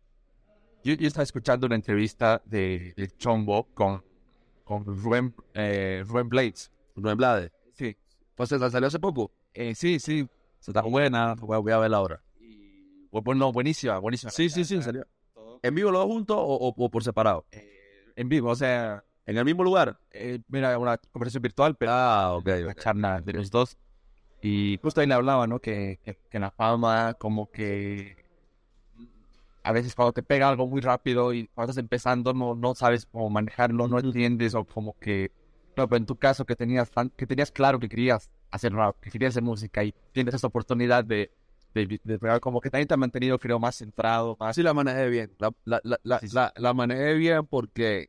Yo, yo estaba escuchando una entrevista de, de Chombo con, con Rubén, eh, Rubén Blades. ¿Rubén Blades? Sí. Pues se salió hace poco. Eh, sí, sí. Se está buena, voy a verla ahora. Y, bueno, buenísima, buenísima. Sí, sí, sí, salió. ¿En vivo los dos juntos o, o, o por separado? Eh, en vivo, o sea... ¿En el mismo lugar? Eh, mira, una conversación virtual, pero... Ah, ok. Una okay. charla de los dos. Y justo ahí le hablaba, ¿no? Que, que, que la fama, como que... A veces cuando te pega algo muy rápido y cuando estás empezando no, no sabes cómo manejarlo, no entiendes o como que... No, pero en tu caso que tenías, tan, que tenías claro que querías hacer rap, que querías hacer música y tienes esta oportunidad de... De, de, de, como que también te ha mantenido, creo, más centrado. Más... Sí, la manejé bien. La, la, la, la, sí, sí. la, la manejé bien porque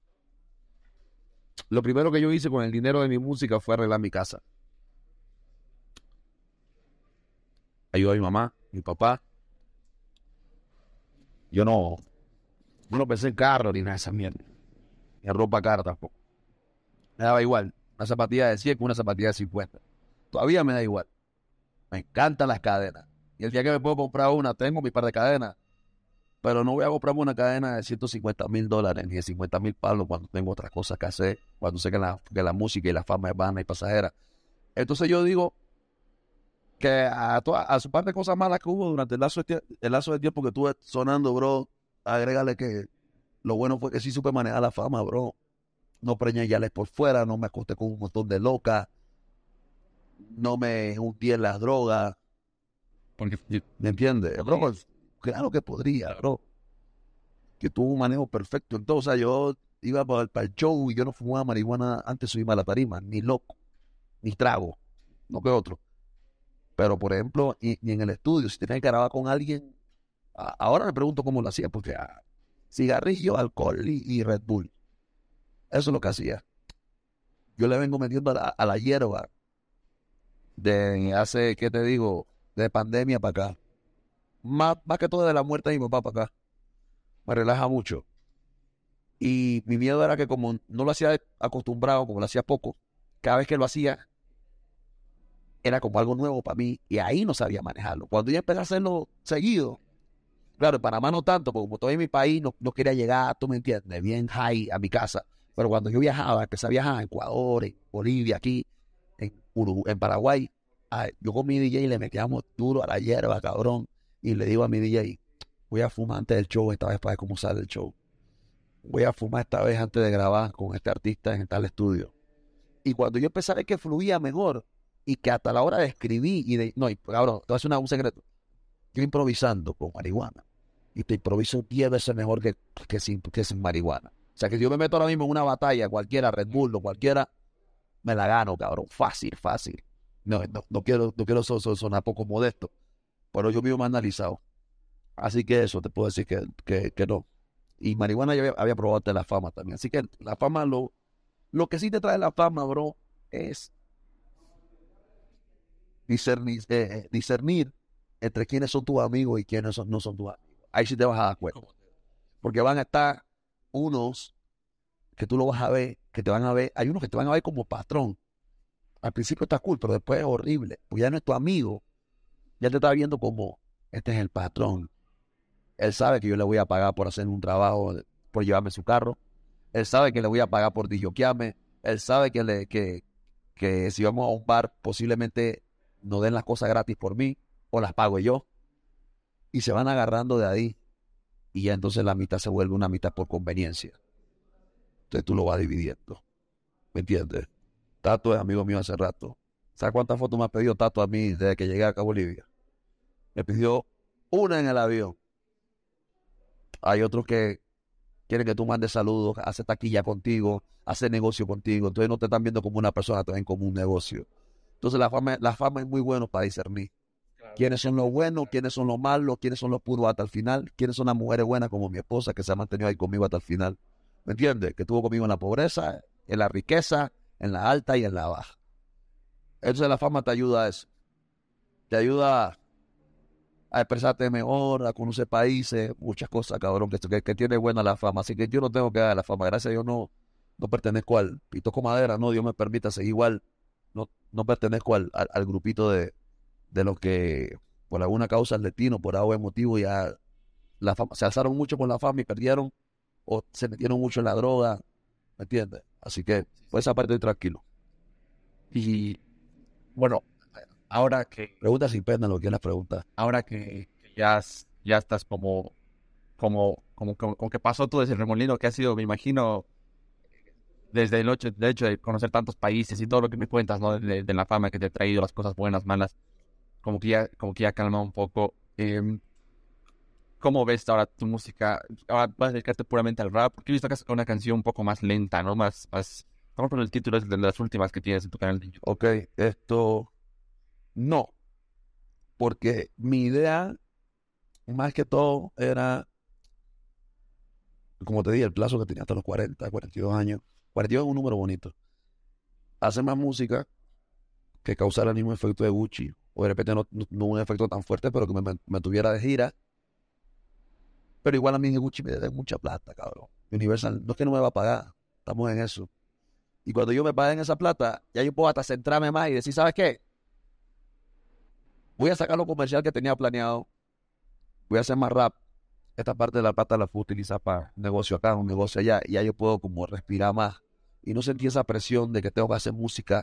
lo primero que yo hice con el dinero de mi música fue arreglar mi casa. Ayudé a mi mamá, mi papá. Yo no, yo no pensé en carro ni nada de esa mierda. Ni en ropa cara tampoco. Me daba igual. Una zapatilla de cien con una zapatilla de cincuenta. Todavía me da igual. Me encantan las cadenas. Y el día que me puedo comprar una, tengo mi par de cadenas. Pero no voy a comprarme una cadena de ciento cincuenta mil dólares ni de cincuenta mil palos cuando tengo otras cosas que hacer. Cuando sé que la, que la música y la fama es vana y pasajera. Entonces yo digo que a, toda, a su par de cosas malas que hubo durante el lazo, de, el lazo de tiempo que estuve sonando, bro, agrégale que lo bueno fue que sí supe manejar la fama, bro. no preñé yales por fuera, no me acosté con un montón de locas, no me hundí en las drogas. Porque ¿Me entiendes? Bro, pues, claro que podría, bro. Que tuvo un manejo perfecto. Entonces, o sea, yo iba para, para el show y yo no fumaba marihuana antes de subirme a la tarima, ni loco, ni trago, no que otro. Pero, por ejemplo, y, y en el estudio, si tenía que grabar con alguien, a, ahora me pregunto cómo lo hacía, porque ah, cigarrillo, alcohol y, y Red Bull. Eso es lo que hacía. Yo le vengo metiendo a la, a la hierba de hace, ¿qué te digo? De pandemia para acá. Más, más que todo de la muerte de mi papá para acá. Me relaja mucho. Y mi miedo era que como no lo hacía acostumbrado, como lo hacía poco, cada vez que lo hacía, era como algo nuevo para mí y ahí no sabía manejarlo. Cuando yo empecé a hacerlo seguido, claro, en Panamá no tanto, porque como estoy en mi país, no, no quería llegar, tú me entiendes, bien high a mi casa. Pero cuando yo viajaba, empecé a viajar a Ecuador, en Bolivia, aquí, en, Uruguay, en Paraguay, ay, yo con mi D J le metíamos duro a la hierba, cabrón, y le digo a mi D J, voy a fumar antes del show, esta vez para ver cómo sale el show. Voy a fumar esta vez antes de grabar con este artista en tal estudio. Y cuando yo empecé a ver que fluía mejor y que hasta la hora de escribir y de... No, y, cabrón, te voy a hacer una, un secreto. Yo improvisando con marihuana y te improviso diez veces mejor que, que, sin, que sin marihuana. O sea, que si yo me meto ahora mismo en una batalla, cualquiera, Red Bull o cualquiera, me la gano, cabrón. Fácil, fácil. No, no, no quiero, no quiero so, so, sonar poco modesto, pero yo mismo me he analizado. Así que eso, te puedo decir que, que, que no. Y marihuana yo había, había probado de la fama también. Así que la fama, lo, lo que sí te trae la fama, bro, es discernir, eh, eh, discernir entre quiénes son tus amigos y quiénes son, no son tus amigos. Ahí sí te vas a dar cuenta. Porque van a estar unos que tú lo vas a ver, que te van a ver, hay unos que te van a ver como patrón. Al principio está cool, pero después es horrible. Porque ya no es tu amigo, ya te está viendo como, este es el patrón. Él sabe que yo le voy a pagar por hacer un trabajo, por llevarme su carro. Él sabe que le voy a pagar por disjoquearme. Él sabe que, le, que, que si vamos a un bar, posiblemente nos den las cosas gratis por mí, o las pago yo. Y se van agarrando de ahí. Y ya entonces la mitad se vuelve una mitad por conveniencia. Entonces tú lo vas dividiendo. ¿Me entiendes? Tato es amigo mío hace rato. ¿Sabes cuántas fotos me ha pedido Tato a mí desde que llegué acá a Bolivia? Me pidió una en el avión. Hay otros que quieren que tú mandes saludos, hace taquilla contigo, hace negocio contigo. Entonces no te están viendo como una persona, te ven como un negocio. Entonces la fama, la fama es muy buena para discernir. Claro. ¿Quiénes son los buenos? ¿Quiénes son los malos? ¿Quiénes son los puros hasta el final? ¿Quiénes son las mujeres buenas como mi esposa que se ha mantenido ahí conmigo hasta el final? ¿Me entiendes? Que estuvo conmigo en la pobreza, en la riqueza, en la alta y en la baja. Entonces la fama te ayuda a eso. Te ayuda a expresarte mejor, a conocer países, muchas cosas, cabrón, que, que, que tiene buena la fama. Así que yo no tengo que dar la fama. Gracias a Dios no, no pertenezco al pitoco madera, no, Dios me permita seguir igual. No, no pertenezco al, al, al grupito de, de los que por alguna causa al destino, por algo motivo, ya la fama, se alzaron mucho con la fama y perdieron, o se metieron mucho en la droga, ¿me entiendes? Así que por esa parte estoy tranquilo. Y bueno, ahora que... Pregunta sin pena lo que quieras preguntar. Ahora que, que ya, ya estás como, como, como, como, como que pasó todo ese remolino que ha sido, me imagino, desde el hecho, de hecho de conocer tantos países y todo lo que me cuentas, ¿no? De, de la fama que te ha traído, las cosas buenas, malas, como que ya, como que ya calma un poco. Eh, ¿Cómo ves ahora tu música? Ahora vas a dedicarte puramente al rap, porque he visto que es una canción un poco más lenta, ¿no? Más, más... Estamos con el título es de las últimas que tienes en tu canal de YouTube. Ok, esto... No, porque mi idea, más que todo, era, como te dije, el plazo que tenía hasta los cuarenta, cuarenta y dos años. cuarenta y dos es un número bonito. Hacer más música que causara el mismo efecto de Gucci, o de repente no, no, no un efecto tan fuerte, pero que me, me, me tuviera de gira. Pero igual a mí Gucci me debe mucha plata, cabrón. Universal, no es que no me va a pagar, estamos en eso. Y cuando yo me paguen esa plata, ya yo puedo hasta centrarme más y decir, ¿sabes qué? Voy a sacar lo comercial que tenía planeado. Voy a hacer más rap. Esta parte de la plata la puedo utilizar para un negocio acá, un negocio allá. Y ya yo puedo como respirar más. Y no sentir esa presión de que tengo que hacer música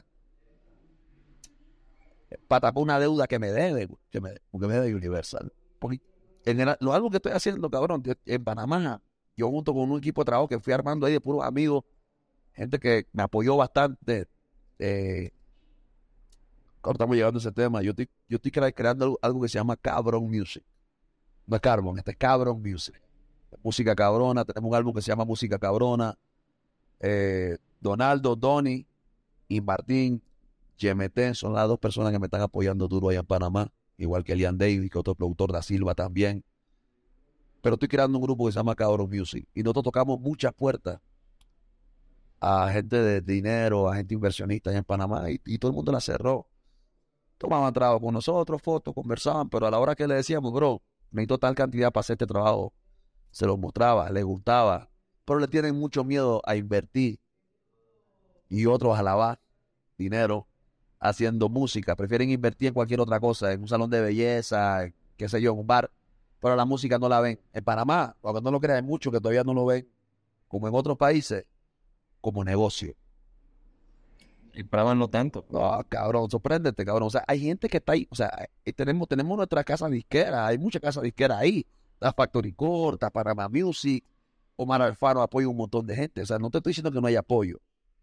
para tapar una deuda que me debe, que me, que me debe Universal. Porque en el, lo algo que estoy haciendo, cabrón, en Panamá, yo junto con un equipo de trabajo que fui armando ahí de puros amigos, gente que me apoyó bastante. Eh, ahora estamos llegando a ese tema. Yo estoy, yo estoy cre- creando algo, algo que se llama Cabron Music. No es Carbon, este es Cabron Music. Música cabrona, tenemos un álbum que se llama Música Cabrona. Eh, Donaldo, Donny y Martín Yemetén son las dos personas que me están apoyando duro allá en Panamá, igual que Elian Davis, que otro productor da Silva también. Pero estoy creando un grupo que se llama Cabron Music y nosotros tocamos muchas puertas a gente de dinero, a gente inversionista allá en Panamá y, y todo el mundo la cerró. Tomaban trabajo con nosotros, fotos, conversaban, pero a la hora que le decíamos, bro, necesito tal cantidad para hacer este trabajo, se los mostraba, les gustaba, pero le tienen mucho miedo a invertir y otros a lavar dinero haciendo música. Prefieren invertir en cualquier otra cosa, en un salón de belleza, qué sé yo, en un bar, pero la música no la ven. En Panamá, aunque no lo crean, hay muchos que todavía no lo ven, como en otros países, como negocio. Y Panamá no tanto. No, cabrón, sorpréndete, cabrón. O sea, hay gente que está ahí, o sea, eh, tenemos, tenemos nuestra casa disquera, hay muchas casas disqueras ahí. La Factory Core, está Panamá Music, Omar Alfaro apoya un montón de gente. O sea, no te estoy diciendo que no hay apoyo.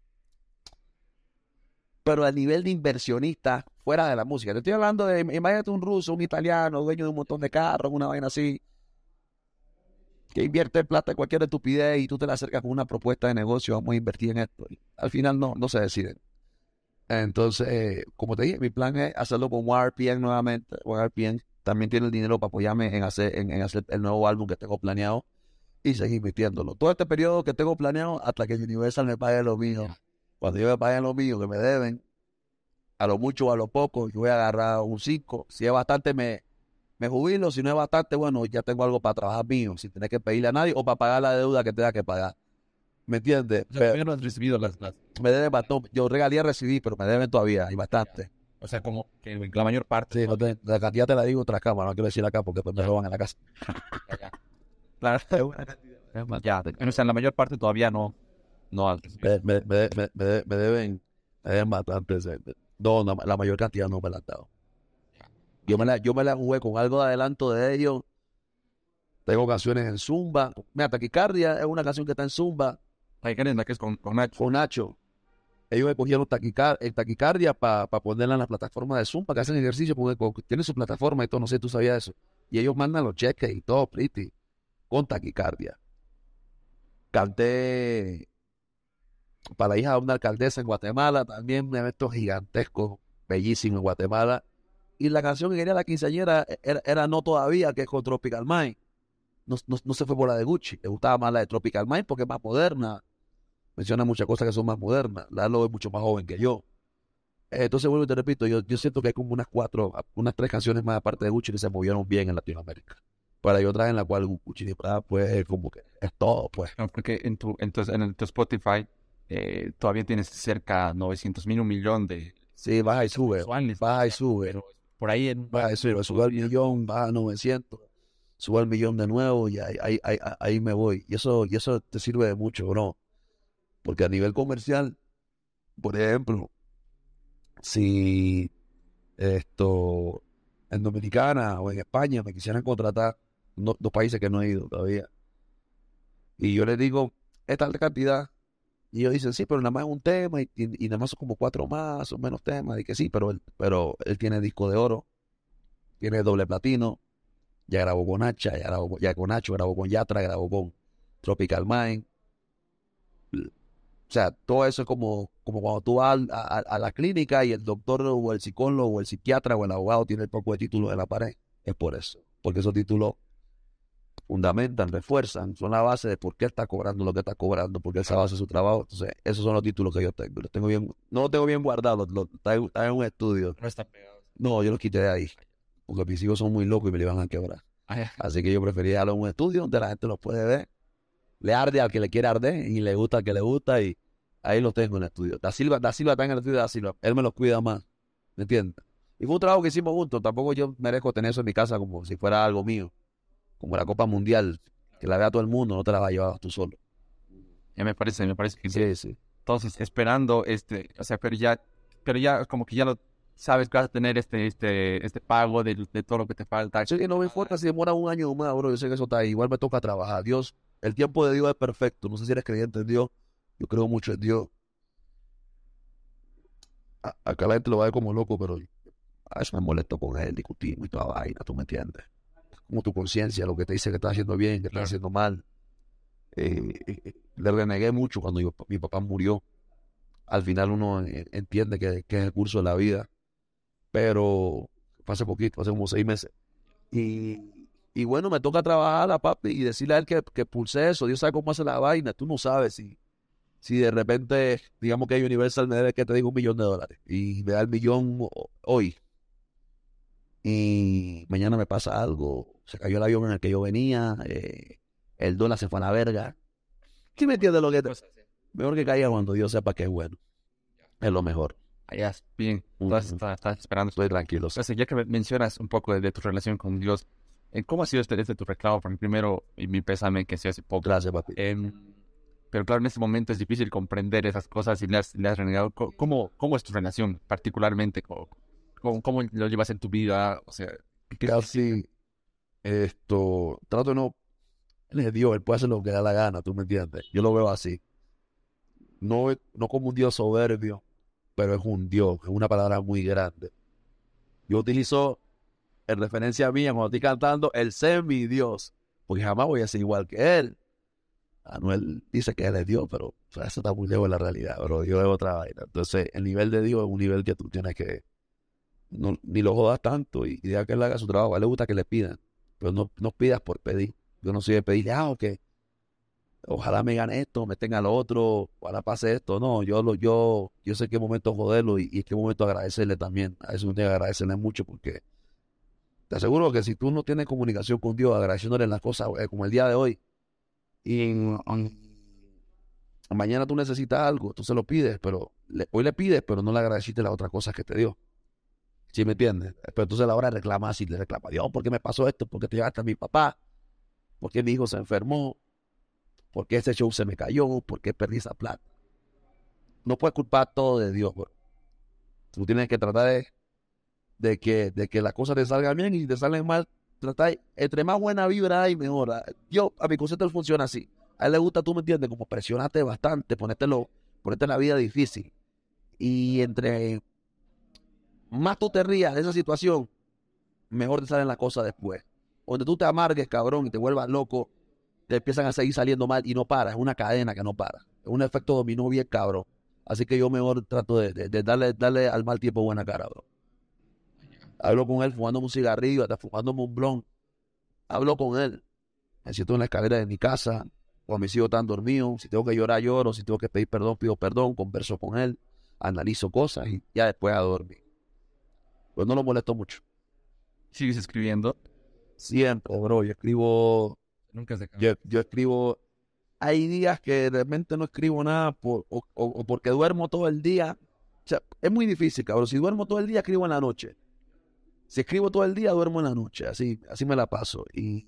Pero a nivel de inversionista, fuera de la música. Te estoy hablando de, imagínate un ruso, un italiano, dueño de un montón de carros, una vaina así, que invierte plata en cualquier estupidez y tú te la acercas con una propuesta de negocio, vamos a invertir en esto. Y al final no, no se deciden. Entonces, eh, como te dije, mi plan es hacerlo con Y R P N nuevamente. Y R P N también tiene el dinero para apoyarme en hacer, en, en hacer el nuevo álbum que tengo planeado y seguir invirtiéndolo. Todo este periodo que tengo planeado hasta que Universal me pague lo mío. Cuando yo me paguen lo mío, que me deben, a lo mucho o a lo poco, yo voy a agarrar un cinco. Si es bastante, me, me jubilo. Si no es bastante, bueno, ya tengo algo para trabajar mío, sin tener que pedirle a nadie o para pagar la deuda que tenga que pagar. ¿Me entiendes? O sea, todavía no has recibido las, las... Me deben bastante. Yo regalía recibí, pero me deben todavía, y bastante. O sea, como que la mayor parte. Sí, no te, la cantidad te la digo tras cámara, no quiero decir acá porque pues me roban en la casa. Claro, es una cantidad. Ya, o sea, la mayor parte todavía no, no has recibido. Me, me, me, me, me deben, me deben bastante. No, no, la mayor cantidad no me la han dado. Yo me la, yo me la jugué con algo de adelanto de ellos. Tengo canciones en Zumba. Mira, Taquicardia es una canción que está en Zumba. Taquicardia que es con, con Nacho. Con Nacho. Ellos me cogieron taquicar el Taquicardia para pa ponerla en la plataforma de Zumba, que hacen ejercicio, porque tienen su plataforma y todo, no sé, tú sabías eso. Y ellos mandan los cheques y todo, pretty, con Taquicardia. Canté para la hija de una alcaldesa en Guatemala, también un evento gigantesco, bellísimo en Guatemala. Y la canción que quería la quinceañera era, era No Todavía, que es con Tropical Mind. No, no, no se fue por la de Gucci, le gustaba más la de Tropical Mind porque es más moderna. Menciona muchas cosas que son más modernas. Lalo es mucho más joven que yo. Eh, entonces, vuelvo y te repito, yo, yo siento que hay como unas cuatro, unas tres canciones más aparte de Gucci que se movieron bien en Latinoamérica. Pero hay otras en las cuales Gucci pues es como que es todo, pues. No, porque en tu, entonces, en el, tu Spotify eh, todavía tienes cerca de novecientos mil, un millón de... Sí, baja y sube, visuales, baja y sube. Pero por ahí en... Baja y sube, sube al millón, baja a novecientos, sube al millón de nuevo y ahí, ahí, ahí, ahí me voy. Y eso, y eso te sirve de mucho, bro. Porque a nivel comercial, por ejemplo, si esto en Dominicana o en España me quisieran contratar, no, dos países que no he ido todavía, y yo les digo, esta cantidad, y ellos dicen, sí, pero nada más es un tema, y, y, y nada más son como cuatro más o menos temas, y que sí, pero él, pero él tiene disco de oro, tiene doble platino, ya grabó con Hacha, ya grabó ya con Nacho, grabó con Yatra, grabó con Tropical Mind. O sea, todo eso es como, como cuando tú vas a, a, a la clínica y el doctor o el psicólogo o el psiquiatra o el abogado tiene el poco de títulos en la pared. Es por eso. Porque esos títulos fundamentan, refuerzan, son la base de por qué está cobrando lo que está cobrando, porque él sabe hacer su trabajo. Entonces, esos son los títulos que yo tengo. Los tengo bien, no los tengo bien guardados, los, está, está en un estudio. No está pegado. No, yo los quité de ahí. Porque mis hijos son muy locos y me le van a quebrar. Ay, Así que yo prefería darlo en un estudio donde la gente los puede ver. Le arde al que le quiere arder y le gusta al que le gusta y ahí los tengo en el estudio. Da Silva, Da Silva está en el estudio de Da Silva. Él me los cuida más. ¿Me entiendes? Y fue un trabajo que hicimos juntos. Tampoco yo merezco tener eso en mi casa como si fuera algo mío. Como la Copa Mundial. Que la vea todo el mundo, no te la vas a llevar tú solo. ya me parece, me parece que Sí, sí. entonces esperando este, o sea, pero ya, pero ya como que ya lo sabes que vas a tener este, este, este pago de, de todo lo que te falta. Sí, no me importa si demora un año o más, bro. Yo sé que eso está ahí. Igual me toca trabajar. Dios, el tiempo de Dios es perfecto. No sé si eres creyente en Dios, Yo creo mucho en Dios. A- acá la gente lo va a ver como loco, pero a veces me molesto con él, discutimos y toda vaina, ¿tú me entiendes? Como tu conciencia, lo que te dice que estás haciendo bien, que estás Claro. haciendo mal. Eh, eh, eh, le renegué mucho cuando yo- mi papá murió. Al final uno eh, entiende que, que es el curso de la vida, pero fue hace poquito, hace como seis meses. Y, y bueno, me toca trabajar a papi y decirle a él que, que pulse eso. Dios sabe cómo hace la vaina. Tú no sabes si, si de repente, digamos que Universal me debe, que te digo, un millón de dólares y me da el millón ho- hoy y mañana me pasa algo. Se cayó el avión en el que yo venía, eh, el dólar se fue a la verga. ¿Sí me entiendes lo que te... Cosas así. Mejor que caiga cuando Dios sepa que es bueno. Es lo mejor. Allá, bien. Ujú. Entonces, estás, estás esperando. Estoy tranquilo. Entonces, ya que me- mencionas un poco de, de tu relación con Dios, eh, ¿cómo ha sido este, este tu reclamo? Porque primero, y mi pésame que sea hace poco. Gracias, papi. Em, pero claro, en este momento es difícil comprender esas cosas y le has, le has renegado. Co- ¿Cómo, cómo es tu relación particularmente? ¿Cómo, cómo, cómo lo llevas en tu vida? O sea, ¿qué- qué- Casi esto, trato de no, él es Dios, él puede hacer lo que le da la gana, ¿tú me entiendes? Yo lo veo así. No, es- no como un Dios soberbio, pero es un Dios, es una palabra muy grande. Yo utilizo en referencia mía cuando estoy cantando el ser mi Dios, porque jamás voy a ser igual que él. Anuel dice que él es Dios, pero o sea, eso está muy lejos de la realidad, pero Dios es otra vaina. Entonces, el nivel de Dios es un nivel que tú tienes que, no, ni lo jodas tanto y, y deja que él haga su trabajo. A él le gusta que le pidan, pero no, no pidas por pedir. Yo no soy de pedirle, ah, ok, ojalá me gane esto, me tenga lo otro, ojalá pase esto. No, yo lo, yo, yo sé qué momento joderlo y, y qué momento agradecerle también. A eso uno tiene que agradecerle mucho porque te aseguro que si tú no tienes comunicación con Dios, agradeciéndole en las cosas eh, como el día de hoy, y en- en- mañana tú necesitas algo, tú se lo pides, pero le- hoy le pides, pero no le agradeciste las otras cosas que te dio. ¿Sí me entiendes? Pero entonces a la hora de reclamar, si le reclama, Dios, ¿por qué me pasó esto? ¿Por qué te llevaste a mi papá? ¿Por qué mi hijo se enfermó? ¿Por qué ese show se me cayó? ¿Por qué perdí esa plata? No puedes culpar todo de Dios, bro. Tú tienes que tratar de, de que, de que las cosas te salgan bien y si te salen mal, tratar, entre más buena vibra hay, mejor. Ah, Yo, a mi concepto funciona así. A él le gusta, tú me entiendes, como presionarte bastante, ponértelo, ponerte la vida difícil. Y entre más tú te rías de esa situación, mejor te salen las cosas después. Donde tú te amargues, cabrón, y te vuelvas loco, te empiezan a seguir saliendo mal y no para. Es una cadena que no para. Es un efecto dominó bien, cabrón. Así que yo mejor trato de, de- de darle, darle al mal tiempo buena cara, bro. Hablo con él fumándome un cigarrillo, hasta fumándome un blon. Hablo con él. Me siento en la escalera de mi casa, cuando mis hijos están dormidos. Si tengo que llorar, lloro. Si tengo que pedir perdón, pido perdón. Converso con él, analizo cosas y ya después a dormir. Pues no lo molesto mucho. ¿Sigues escribiendo? Siempre, bro. Yo escribo, Nunca se acaba. yo, yo escribo. Hay días que de repente no escribo nada por, o, o- o porque duermo todo el día. O sea, es muy difícil, cabrón. Si duermo todo el día, escribo en la noche. Si escribo todo el día, duermo en la noche. Así, así me la paso. Y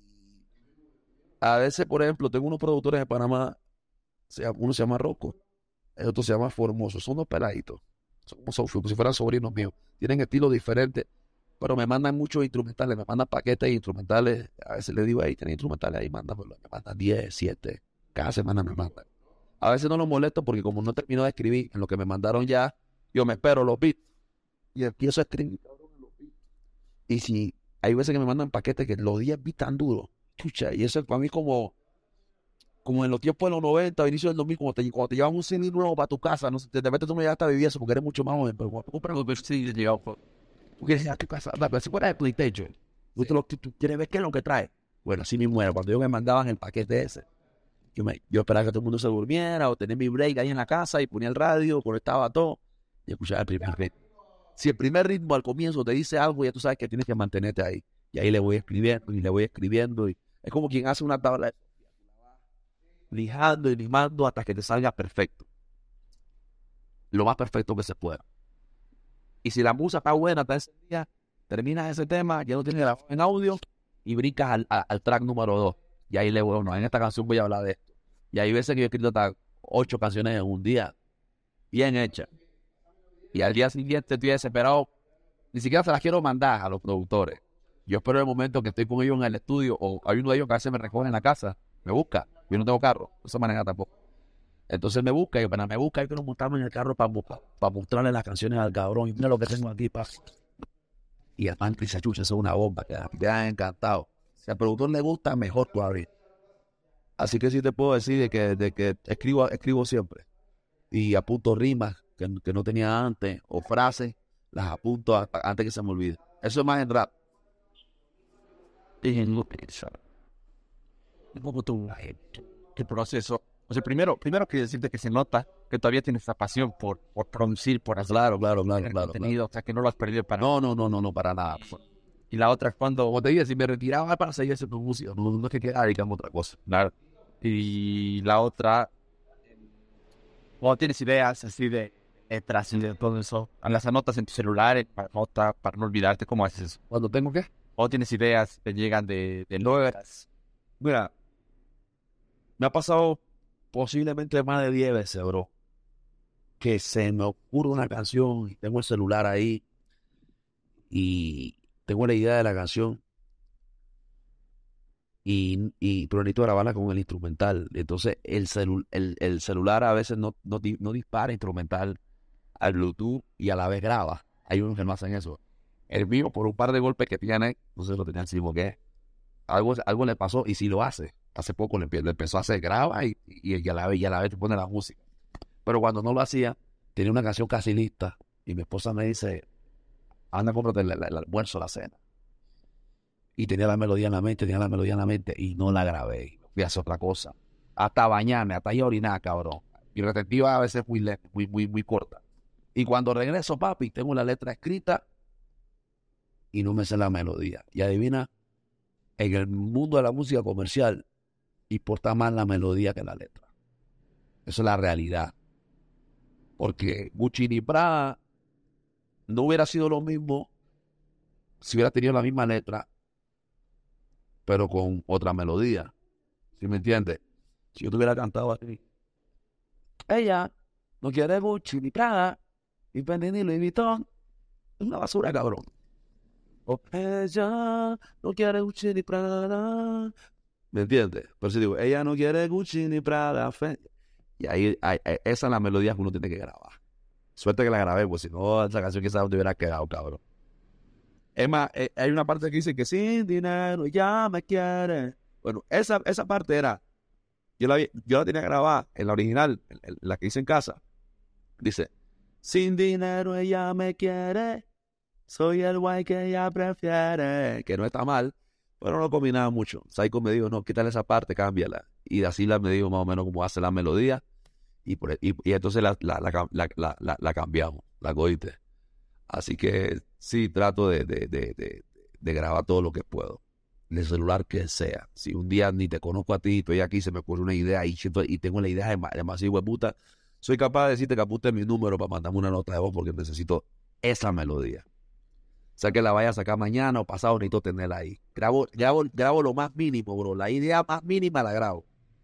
a veces, por ejemplo, tengo unos productores de Panamá. se llama- Uno se llama Rocco, el otro se llama Formoso. Son dos peladitos. Son como, so- como si fueran sobrinos míos. Tienen estilos diferentes, pero me mandan muchos instrumentales. Me mandan paquetes instrumentales. A veces les digo, ahí tienen instrumentales, ahí mándamelo. Me mandan diez, siete. Cada semana me mandan. A veces no los molesto porque como no termino de escribir en lo que me mandaron ya, yo me espero los beats y empiezo a escribir, cabrón, en los beats. Y si hay veces que me mandan paquetes que los diez beats tan duros, chucha, y eso es para mí como, como en los tiempos de los noventa, inicio del dos mil, cuando te, cuando te llevan un C D nuevo para tu casa, no sé, de repente tú no llegaste a vivir eso porque eres mucho más joven, pero cuando tú compras Pero sí, he llegado. por- tú quieres ir a tu casa, pero si fuera de PlayStation, tú, te lo- tú- tú quieres ver qué es lo que trae. Bueno, así mismo era, cuando ellos me mandaban el paquete ese, yo, me, yo esperaba que todo el mundo se durmiera o tener mi break ahí en la casa y ponía el radio, conectaba todo y escuchaba el primer ritmo. Si el primer ritmo al comienzo te dice algo, ya tú sabes que tienes que mantenerte ahí. Y ahí le voy escribiendo y le voy escribiendo. Y es como quien hace una tabla, lijando y limando hasta que te salga perfecto. Lo más perfecto que se pueda. Y si la musa está buena, está encendida, terminas ese tema, ya lo tienes grabado en audio y brincas al, a- al track número dos. Y ahí le voy, no, en esta canción voy a hablar de esto. Y hay veces que yo he escrito hasta ocho canciones en un día, bien hechas. Y al día siguiente estoy desesperado, ni siquiera se las quiero mandar a los productores. Yo espero el momento que estoy con ellos en el estudio, o hay uno de ellos que a veces me recoge en la casa, me busca, yo no tengo carro, de esa manera tampoco. Entonces me busca, y apenas me busca, hay que nos montamos en el carro para mostrarle las canciones al cabrón. Y mira lo que tengo aquí, pa. Y el man dice, chucha, eso es una bomba, que me han encantado. Si al productor le gusta, mejor todavía. Así que sí te puedo decir de que, de que escribo, escribo siempre. Y apunto rimas que, que no tenía antes, o frases, las apunto a, a, antes que se me olvide. Eso es más en rap. Y en un poco tu el proceso. O sea, primero, primero quiero decirte que se nota que todavía tienes esa pasión por, por producir, por hacer Claro, claro, claro, claro, contenido, claro. o sea, que no lo has perdido para No, no, no, no, no, para nada. Y, y la otra, cuando... Como te dije, si me retiraba para seguir haciendo música, no, no es que quiera dedicarme a otra cosa. Claro. Y la otra, cuando tienes ideas así de letras y de todo eso, las anotas en tu celular, en para nota, para no olvidarte, ¿cómo haces eso? ¿Cuándo tengo qué? O tienes ideas, te llegan de, de novelas. Mira, me ha pasado posiblemente más de diez veces, bro, que se me ocurre una canción y tengo el celular ahí y tengo la idea de la canción y, y pero necesito grabarla con el instrumental. Entonces el, celu, el, el celular a veces no, no, no dispara instrumental al Bluetooth y a la vez graba. Hay unos que no hacen eso. El mío, por un par de golpes que tiene, no sé, lo tenía así porque algo, algo le pasó y si lo hace. Hace poco le, le empezó a hacer graba y, y, y, a la vez, y a la vez te pone la música. Pero cuando no lo hacía, tenía una canción casi lista y mi esposa me dice, anda, cómprate el, el, el almuerzo, la cena. Y tenía la melodía en la mente, tenía la melodía en la mente y no la grabé. Fui a hacer otra cosa. Hasta bañarme, hasta ir a orinar, cabrón. Mi retentiva a veces es muy lenta, muy, muy, muy corta. Y cuando regreso, papi, tengo la letra escrita y no me sé la melodía. Y adivina, en el mundo de la música comercial importa más la melodía que la letra. Eso es la realidad. Porque Gucci ni Prada no hubiera sido lo mismo si hubiera tenido la misma letra, pero con otra melodía. ¿Sí me entiendes? Si yo te hubiera cantado así. Ella no quiere Gucci ni Prada, ni Fendi ni Louis Vuitton. Es una basura, cabrón. O ella no quiere Gucci ni Prada. ¿Me entiendes? Pero si digo, ella no quiere Gucci ni Prada, Fendi. Y ahí, ahí, esa es la melodía que uno tiene que grabar. Suerte que la grabé, pues si no, esa canción quizás no te hubiera quedado, cabrón. Es más, eh, hay una parte que dice que sin dinero ya me quiere. Bueno, esa, esa parte era, yo la, yo la tenía grabada en la original, en, en la que hice en casa. Dice, sin dinero ella me quiere, soy el guay que ella prefiere. Que no está mal, pero no combinaba mucho. Psycho me dijo, no, quítale esa parte, cámbiala. Y así la me dijo más o menos cómo hace la melodía. Y, por, y, y entonces la, la, la, la, la, la, la cambiamos, la cogiste. Así que sí, trato de, de, de, de, de grabar todo lo que puedo. En el celular que sea. Si un día ni te conozco a ti, estoy aquí, se me ocurre una idea y, y tengo la idea demasiado de puta, soy capaz de decirte que apunte mi número para mandarme una nota de voz porque necesito esa melodía. O sea que la vaya a sacar mañana o pasado, necesito tenerla ahí. Grabo, grabo, grabo lo más mínimo, bro. La idea más mínima la grabo.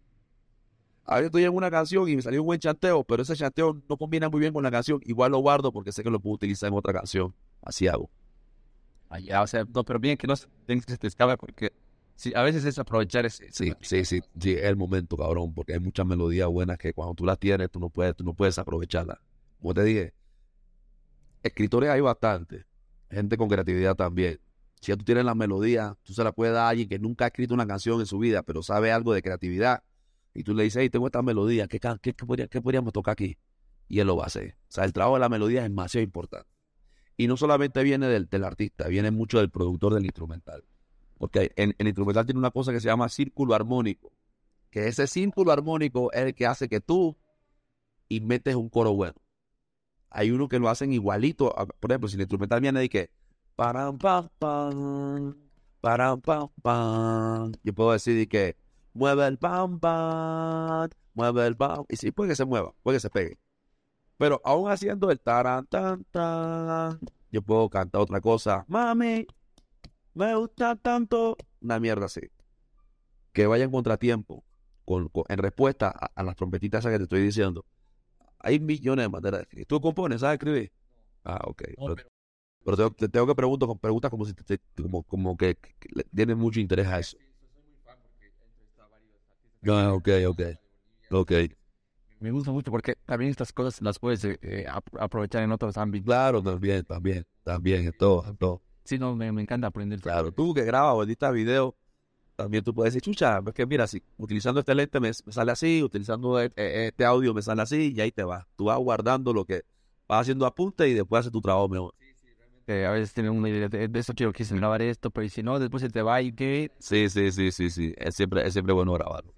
A veces estoy en una canción y me salió un buen chanteo, pero ese chanteo no combina muy bien con la canción. Igual lo guardo porque sé que lo puedo utilizar en otra canción. Así hago. Allá, o sea, no, pero bien que no se, que se te escape porque sí, a veces es aprovechar ese... Sí, sí, sí, sí, es el momento, cabrón, porque hay muchas melodías buenas que cuando tú las tienes, tú no puedes, tú no puedes aprovecharlas. Como te dije, escritores hay bastante, gente con creatividad también. Si ya tú tienes la melodía, tú se la puedes dar a alguien que nunca ha escrito una canción en su vida, pero sabe algo de creatividad. Y tú le dices, hey, tengo esta melodía, ¿qué, qué, qué, podría, ¿qué podríamos tocar aquí? Y él lo va a hacer. O sea, el trabajo de la melodía es demasiado importante. Y no solamente viene del, del artista, viene mucho del productor del instrumental. Porque en, en el instrumental tiene una cosa que se llama círculo armónico. Que ese círculo armónico es el que hace que tú inventes un coro bueno. Hay uno que lo hacen igualito. Por ejemplo, si el instrumental viene de que... Param, pam, pam, param, pam, pam. Yo puedo decir de que... Mueve el pam, pam, mueve el pam. Y sí, puede que se mueva, puede que se pegue. Pero aún haciendo el taran, tan, tan, yo puedo cantar otra cosa. Mami, me gusta tanto. Una mierda así. Que vaya en contratiempo. Con, con, en respuesta a, a las trompetitas esas que te estoy diciendo. Hay millones de maneras de escribir. ¿Tú compones? ¿Sabes escribir? Ah, ok. No, pero pero te, te tengo que preguntar con preguntas como si te, te, como, como que, que, que le tienes mucho interés a eso. Ah, ok, ok. Ok. Me gusta mucho porque también estas cosas las puedes eh, eh, ap- aprovechar en otros ámbitos. Claro, también, también, también, en todo, en todo. Sí, no, me, me encanta aprender. Claro, tú que grabas o editas video, también tú puedes decir, chucha, es que mira, si utilizando este lente me, me sale así, utilizando e- e- este audio me sale así, y ahí te vas. Tú vas guardando lo que vas haciendo apuntes y después haces tu trabajo mejor. Eh, a veces tienes una idea de, de eso quiero quise grabar esto, pero y si no, después se te va y que... Sí, sí, sí, sí, sí. Es siempre, es siempre bueno grabarlo.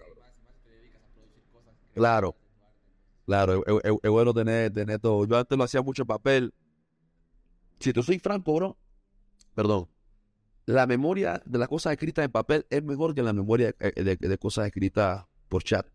Claro, claro, es, es- es bueno tener, tener todo. Yo antes lo hacía mucho en papel. Si te soy franco, bro, perdón, la memoria de las cosas escritas en papel es mejor que la memoria de, de- de cosas escritas por chat.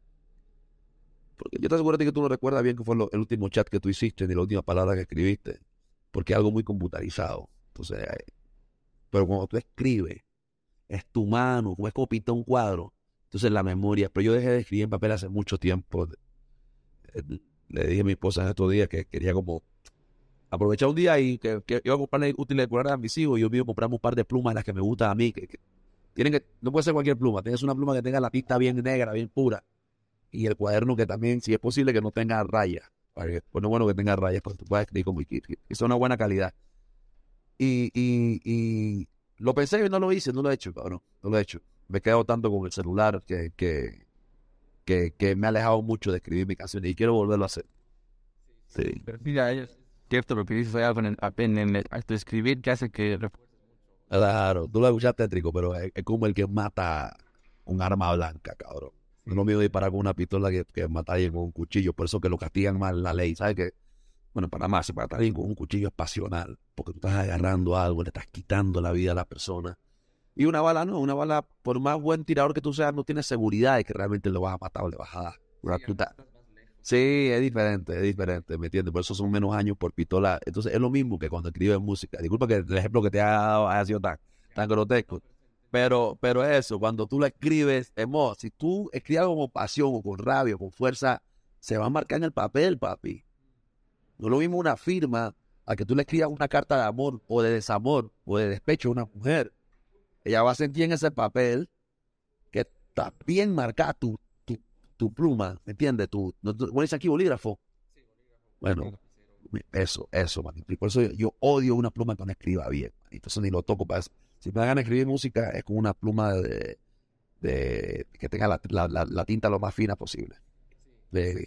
Porque yo te aseguro a ti que tú no recuerdas bien qué fue lo- el último chat que tú hiciste ni la última palabra que escribiste, porque es algo muy computarizado. Entonces, eh, pero cuando tú escribes, es tu mano, como es como pintar un cuadro. Entonces la memoria, pero yo dejé de escribir en papel hace mucho tiempo. Eh, Le dije a mi esposa en estos días que quería como aprovechar un día y que, que iba a comprarle útiles escolares a mis hijos y yo me iba a comprarme un par de plumas de las que me gustan a mí. Que, que tienen que, no puede ser cualquier pluma, tienes una pluma que tenga la tinta bien negra, bien pura. Y el cuaderno que también, si es posible, que no tenga rayas. Para que, pues no es bueno que tenga rayas, pero tú puedas escribir como que, que, que sea una buena calidad. Y, y, y lo pensé y no lo hice, no lo he hecho, cabrón, no lo he hecho. Me he quedado tanto con el celular que, que, que, que me ha alejado mucho de escribir mis canciones y quiero volverlo a hacer. Sí. Pero mira, ellos, cierto lo que dices, hay algo en el, en el, en el escribir que hace que... ref- Claro, tú lo escuchas tétrico, pero es, es como el que mata un arma blanca, cabrón. No es lo mismo disparar con una pistola que, que matar a alguien con un cuchillo, por eso que lo castigan más la ley, ¿sabes qué? Bueno, para más, si matar a alguien con un cuchillo es pasional, porque tú estás agarrando algo, le estás quitando la vida a la persona. Y una bala no, una bala, por más buen tirador que tú seas, no tienes seguridad de que realmente lo vas a matar o le vas a dar. Una puta- Sí, es diferente, es diferente, ¿me entiendes? Por eso son menos años por pistola. Entonces es lo mismo que cuando escribes música. Disculpa que el ejemplo que te ha dado haya sido tan, tan grotesco. Pero, pero eso, cuando tú lo escribes, emo, si tú escribes algo con pasión o con rabia o con fuerza, se va a marcar en el papel, papi. No es lo mismo una firma a que tú le escribas una carta de amor o de desamor o de despecho a una mujer. Ella va a sentir en ese papel que está bien marcada tu, tu, tu pluma, ¿me entiendes? Tu, no, no, ¿cómo dice aquí bolígrafo? Bueno, eso, eso, manito. Y por eso yo, yo odio una pluma que no escriba bien, manito. Eso ni lo toco para eso. Si me hagan escribir música, es con una pluma de, de que tenga la, la, la, la tinta lo más fina posible. De,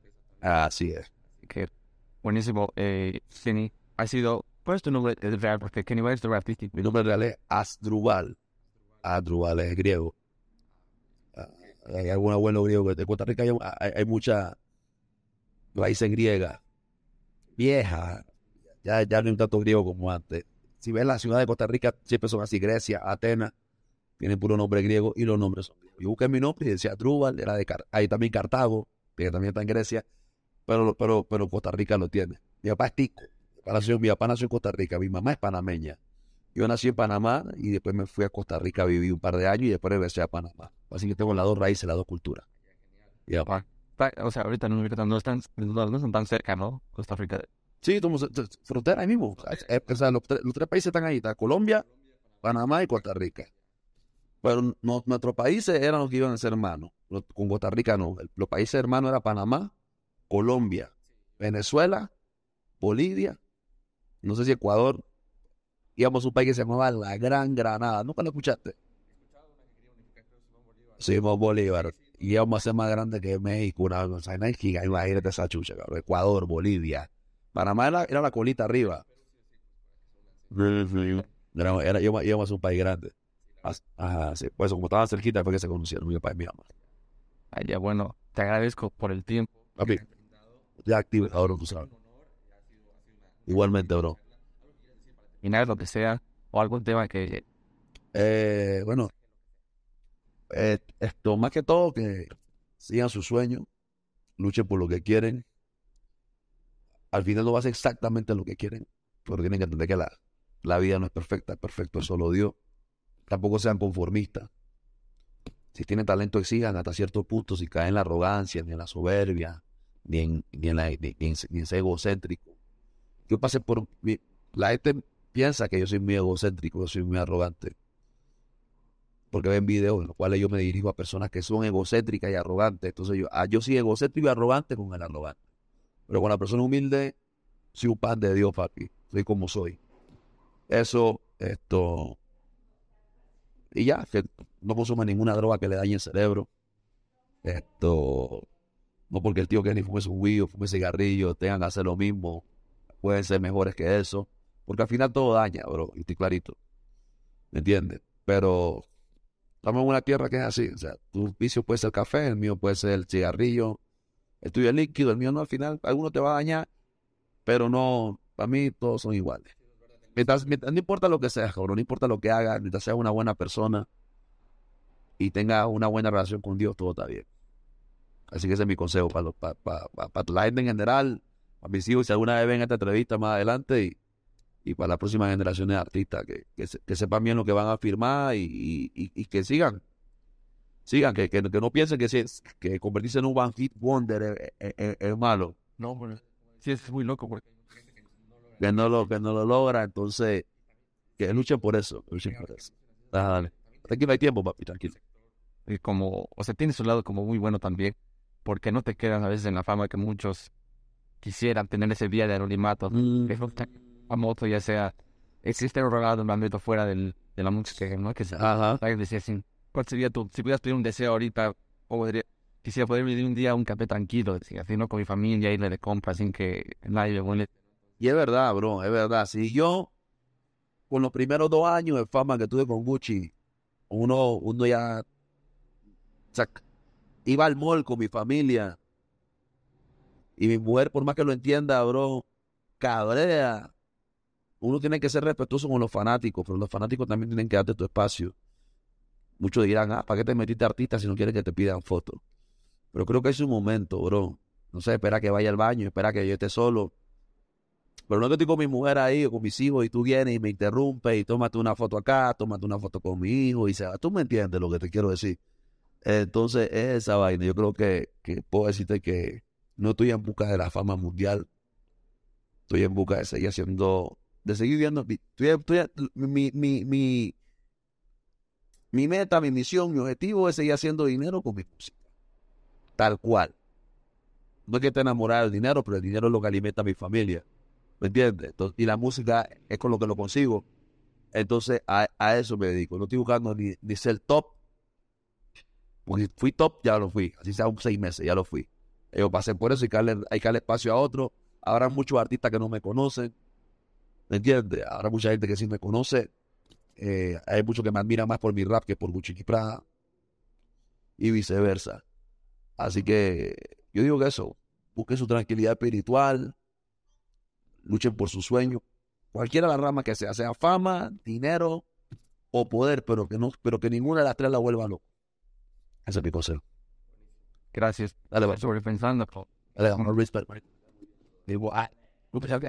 así es. que buenísimo, eh, Kenny. Ha sido... ¿Cuál es tu nombre eh, real? Porque Kenny West es tu artístico. Mi nombre real es Asdrubal. Asdrubal es griego. Ah, hay algún abuelo griego que de Costa Rica hay, hay, hay mucha raíces griegas, viejas. Ya, ya no hay tanto griego como antes. Si ves la ciudad de Costa Rica, siempre son así: Grecia, Atenas, tienen puro nombre griego y los nombres son griegos. Yo busqué mi nombre y decía Drubal, era de Car hay también Cartago, que también está en Grecia, pero, pero, pero Costa Rica lo tiene. Mi papá es tico, mi papá nació, mi papá nació en Costa Rica, mi mamá es panameña. Yo nací en Panamá y después me fui a Costa Rica, viví un par de años y después regresé a Panamá. Así que tengo las dos raíces, las dos culturas. Ya. Ah, ta- o sea, ahorita no, ahorita no están, no, no están tan cerca, ¿no? Costa Rica. Sí, estamos t- t- frontera ahí mismo. O sea, es- o sea, los, tres, los tres países están ahí, está Colombia, Panamá y Costa Rica. Pero no, nuestros países eran los que iban a ser hermanos. Los- con Costa Rica no. El- los países hermanos eran Panamá, Colombia, Venezuela, Bolivia, no sé si Ecuador. Íbamos a un país que se llamaba La Gran Granada. ¿Nunca lo escuchaste? Sí, íbamos Bolívar. Y íbamos a ser más grande que México. Una cosa, no hay giga, imagínate esa chucha, cabrón. Ecuador, Bolivia. Panamá era, era la colita arriba. Era, era, íbamos, íbamos a ser un país grande. As- Ajá, sí. Pues como estaban cerquita fue que se conocieron mi papá y mi mamá. Ah, ya, bueno, te agradezco por el tiempo. Papi, ya activo ahora, tú sabes. Igualmente, bro. Y nada, lo que sea, o algún tema que... Eh, bueno, eh, esto más que todo que sigan sus sueños, luchen por lo que quieren. Al final no va a ser exactamente lo que quieren, pero tienen que entender que la, la vida no es perfecta, es perfecto es solo Dios. Tampoco sean conformistas. Si tienen talento, exijan hasta cierto punto, si caen en la arrogancia, ni en la soberbia, ni en, ni en, la, ni, ni en, ni en ser egocéntrico. Yo pasé por... mi- la gente piensa que yo soy muy egocéntrico, yo soy muy arrogante. porque ven videos en los cuales yo me dirijo a personas que son egocéntricas y arrogantes. Entonces yo, ah, yo soy egocéntrico y arrogante con el arrogante. Pero con la persona humilde, soy un pan de Dios, papi. Soy como soy. Eso, esto... Y ya, que no consuma ninguna droga que le dañe el cerebro. Esto... No porque el tío Kenny fume su weed o fume cigarrillo, tengan que hacer lo mismo. Pueden ser mejores que eso. Porque al final todo daña, bro. Y estoy clarito. ¿Me entiendes? Pero... estamos en una tierra que es así, o sea, tu vicio puede ser el café, el mío puede ser el cigarrillo, el tuyo es líquido, el mío no, al final alguno te va a dañar, pero no, para mí todos son iguales. Mientras, mientras, no importa lo que seas, cabrón, no importa lo que hagas, mientras seas una buena persona y tengas una buena relación con Dios, todo está bien. Así que ese es mi consejo para, los, para, para, para, para la gente en general, para mis hijos, si alguna vez ven esta entrevista más adelante y y para las próximas generaciones de artistas que, que, que sepan bien lo que van a firmar y, y, y, y que sigan, sigan, que, que, que no piensen que, si, que convertirse en un one hit wonder es, es, es, es malo. No, bueno, sí es muy loco porque que no lo, que no lo logra, entonces que luchen por eso, que luchen por eso. Ah, dale. Tranquilo, hay tiempo, papi, tranquilo. y como, o sea, tiene su lado como muy bueno también, porque no te quedas a veces en la fama que muchos quisieran tener ese día de anonimato, Mm. que es tan famoso, ya sea, existe un regalo un ámbito fuera del, de la música, ¿no? Que se, Ajá. ¿sabes? Decía así, ¿cuál sería tu, si pudieras pedir un deseo ahorita, o podría, quisiera poder vivir un día un café tranquilo, decía, así, ¿no? Con mi familia, irle de compras sin que nadie me moleste. Y es verdad, bro, es verdad. Si yo, con los primeros dos años de fama que tuve con Gucci, uno, uno ya, o sea, iba al mall con mi familia y mi mujer, por más que lo entienda, bro, cabrea. Uno tiene que ser respetuoso con los fanáticos, pero los fanáticos también tienen que darte tu espacio. Muchos dirán, ah, ¿para qué te metiste artista si no quieres que te pidan fotos? Pero creo que es un momento, bro. No sé, espera que vaya al baño, espera que yo esté solo. Pero no que estoy con mi mujer ahí o con mis hijos y tú vienes y me interrumpes y tómate una foto acá, tómate una foto con mi hijo y se va. Tú me entiendes lo que te quiero decir. Entonces, es esa vaina. Yo creo que, que puedo decirte que no estoy en busca de la fama mundial. Estoy en busca de seguir haciendo, de seguir viendo. Estoy, estoy, mi, mi, mi, mi meta, mi misión, mi objetivo es seguir haciendo dinero con mi música. Tal cual. No es que esté enamorado del dinero, pero el dinero es lo que alimenta a mi familia. ¿Me entiendes? Entonces, y la música es con lo que lo consigo. Entonces, a, a eso me dedico. No estoy buscando ni, ni ser top. Porque si fui top, ya lo fui. Así sea un seis meses, ya lo fui. Yo pasé por eso y hay, hay que darle espacio a otro. Habrá muchos artistas que no me conocen. ¿Me entiendes? Habrá mucha gente que sí me conoce. Eh, hay muchos que me admiran más por mi rap que por Gucci y Prada. Y viceversa. Así que yo digo que eso. Busquen su tranquilidad espiritual. Luchen por su sueño. Cualquiera de las ramas que sea. Sea fama, dinero o poder. Pero que, no, pero que ninguna de las tres la vuelva loco. Ese es mi consejo. Gracias. Dale, va. Sobrepensando. Dale, vamos a respect. Digo, ah,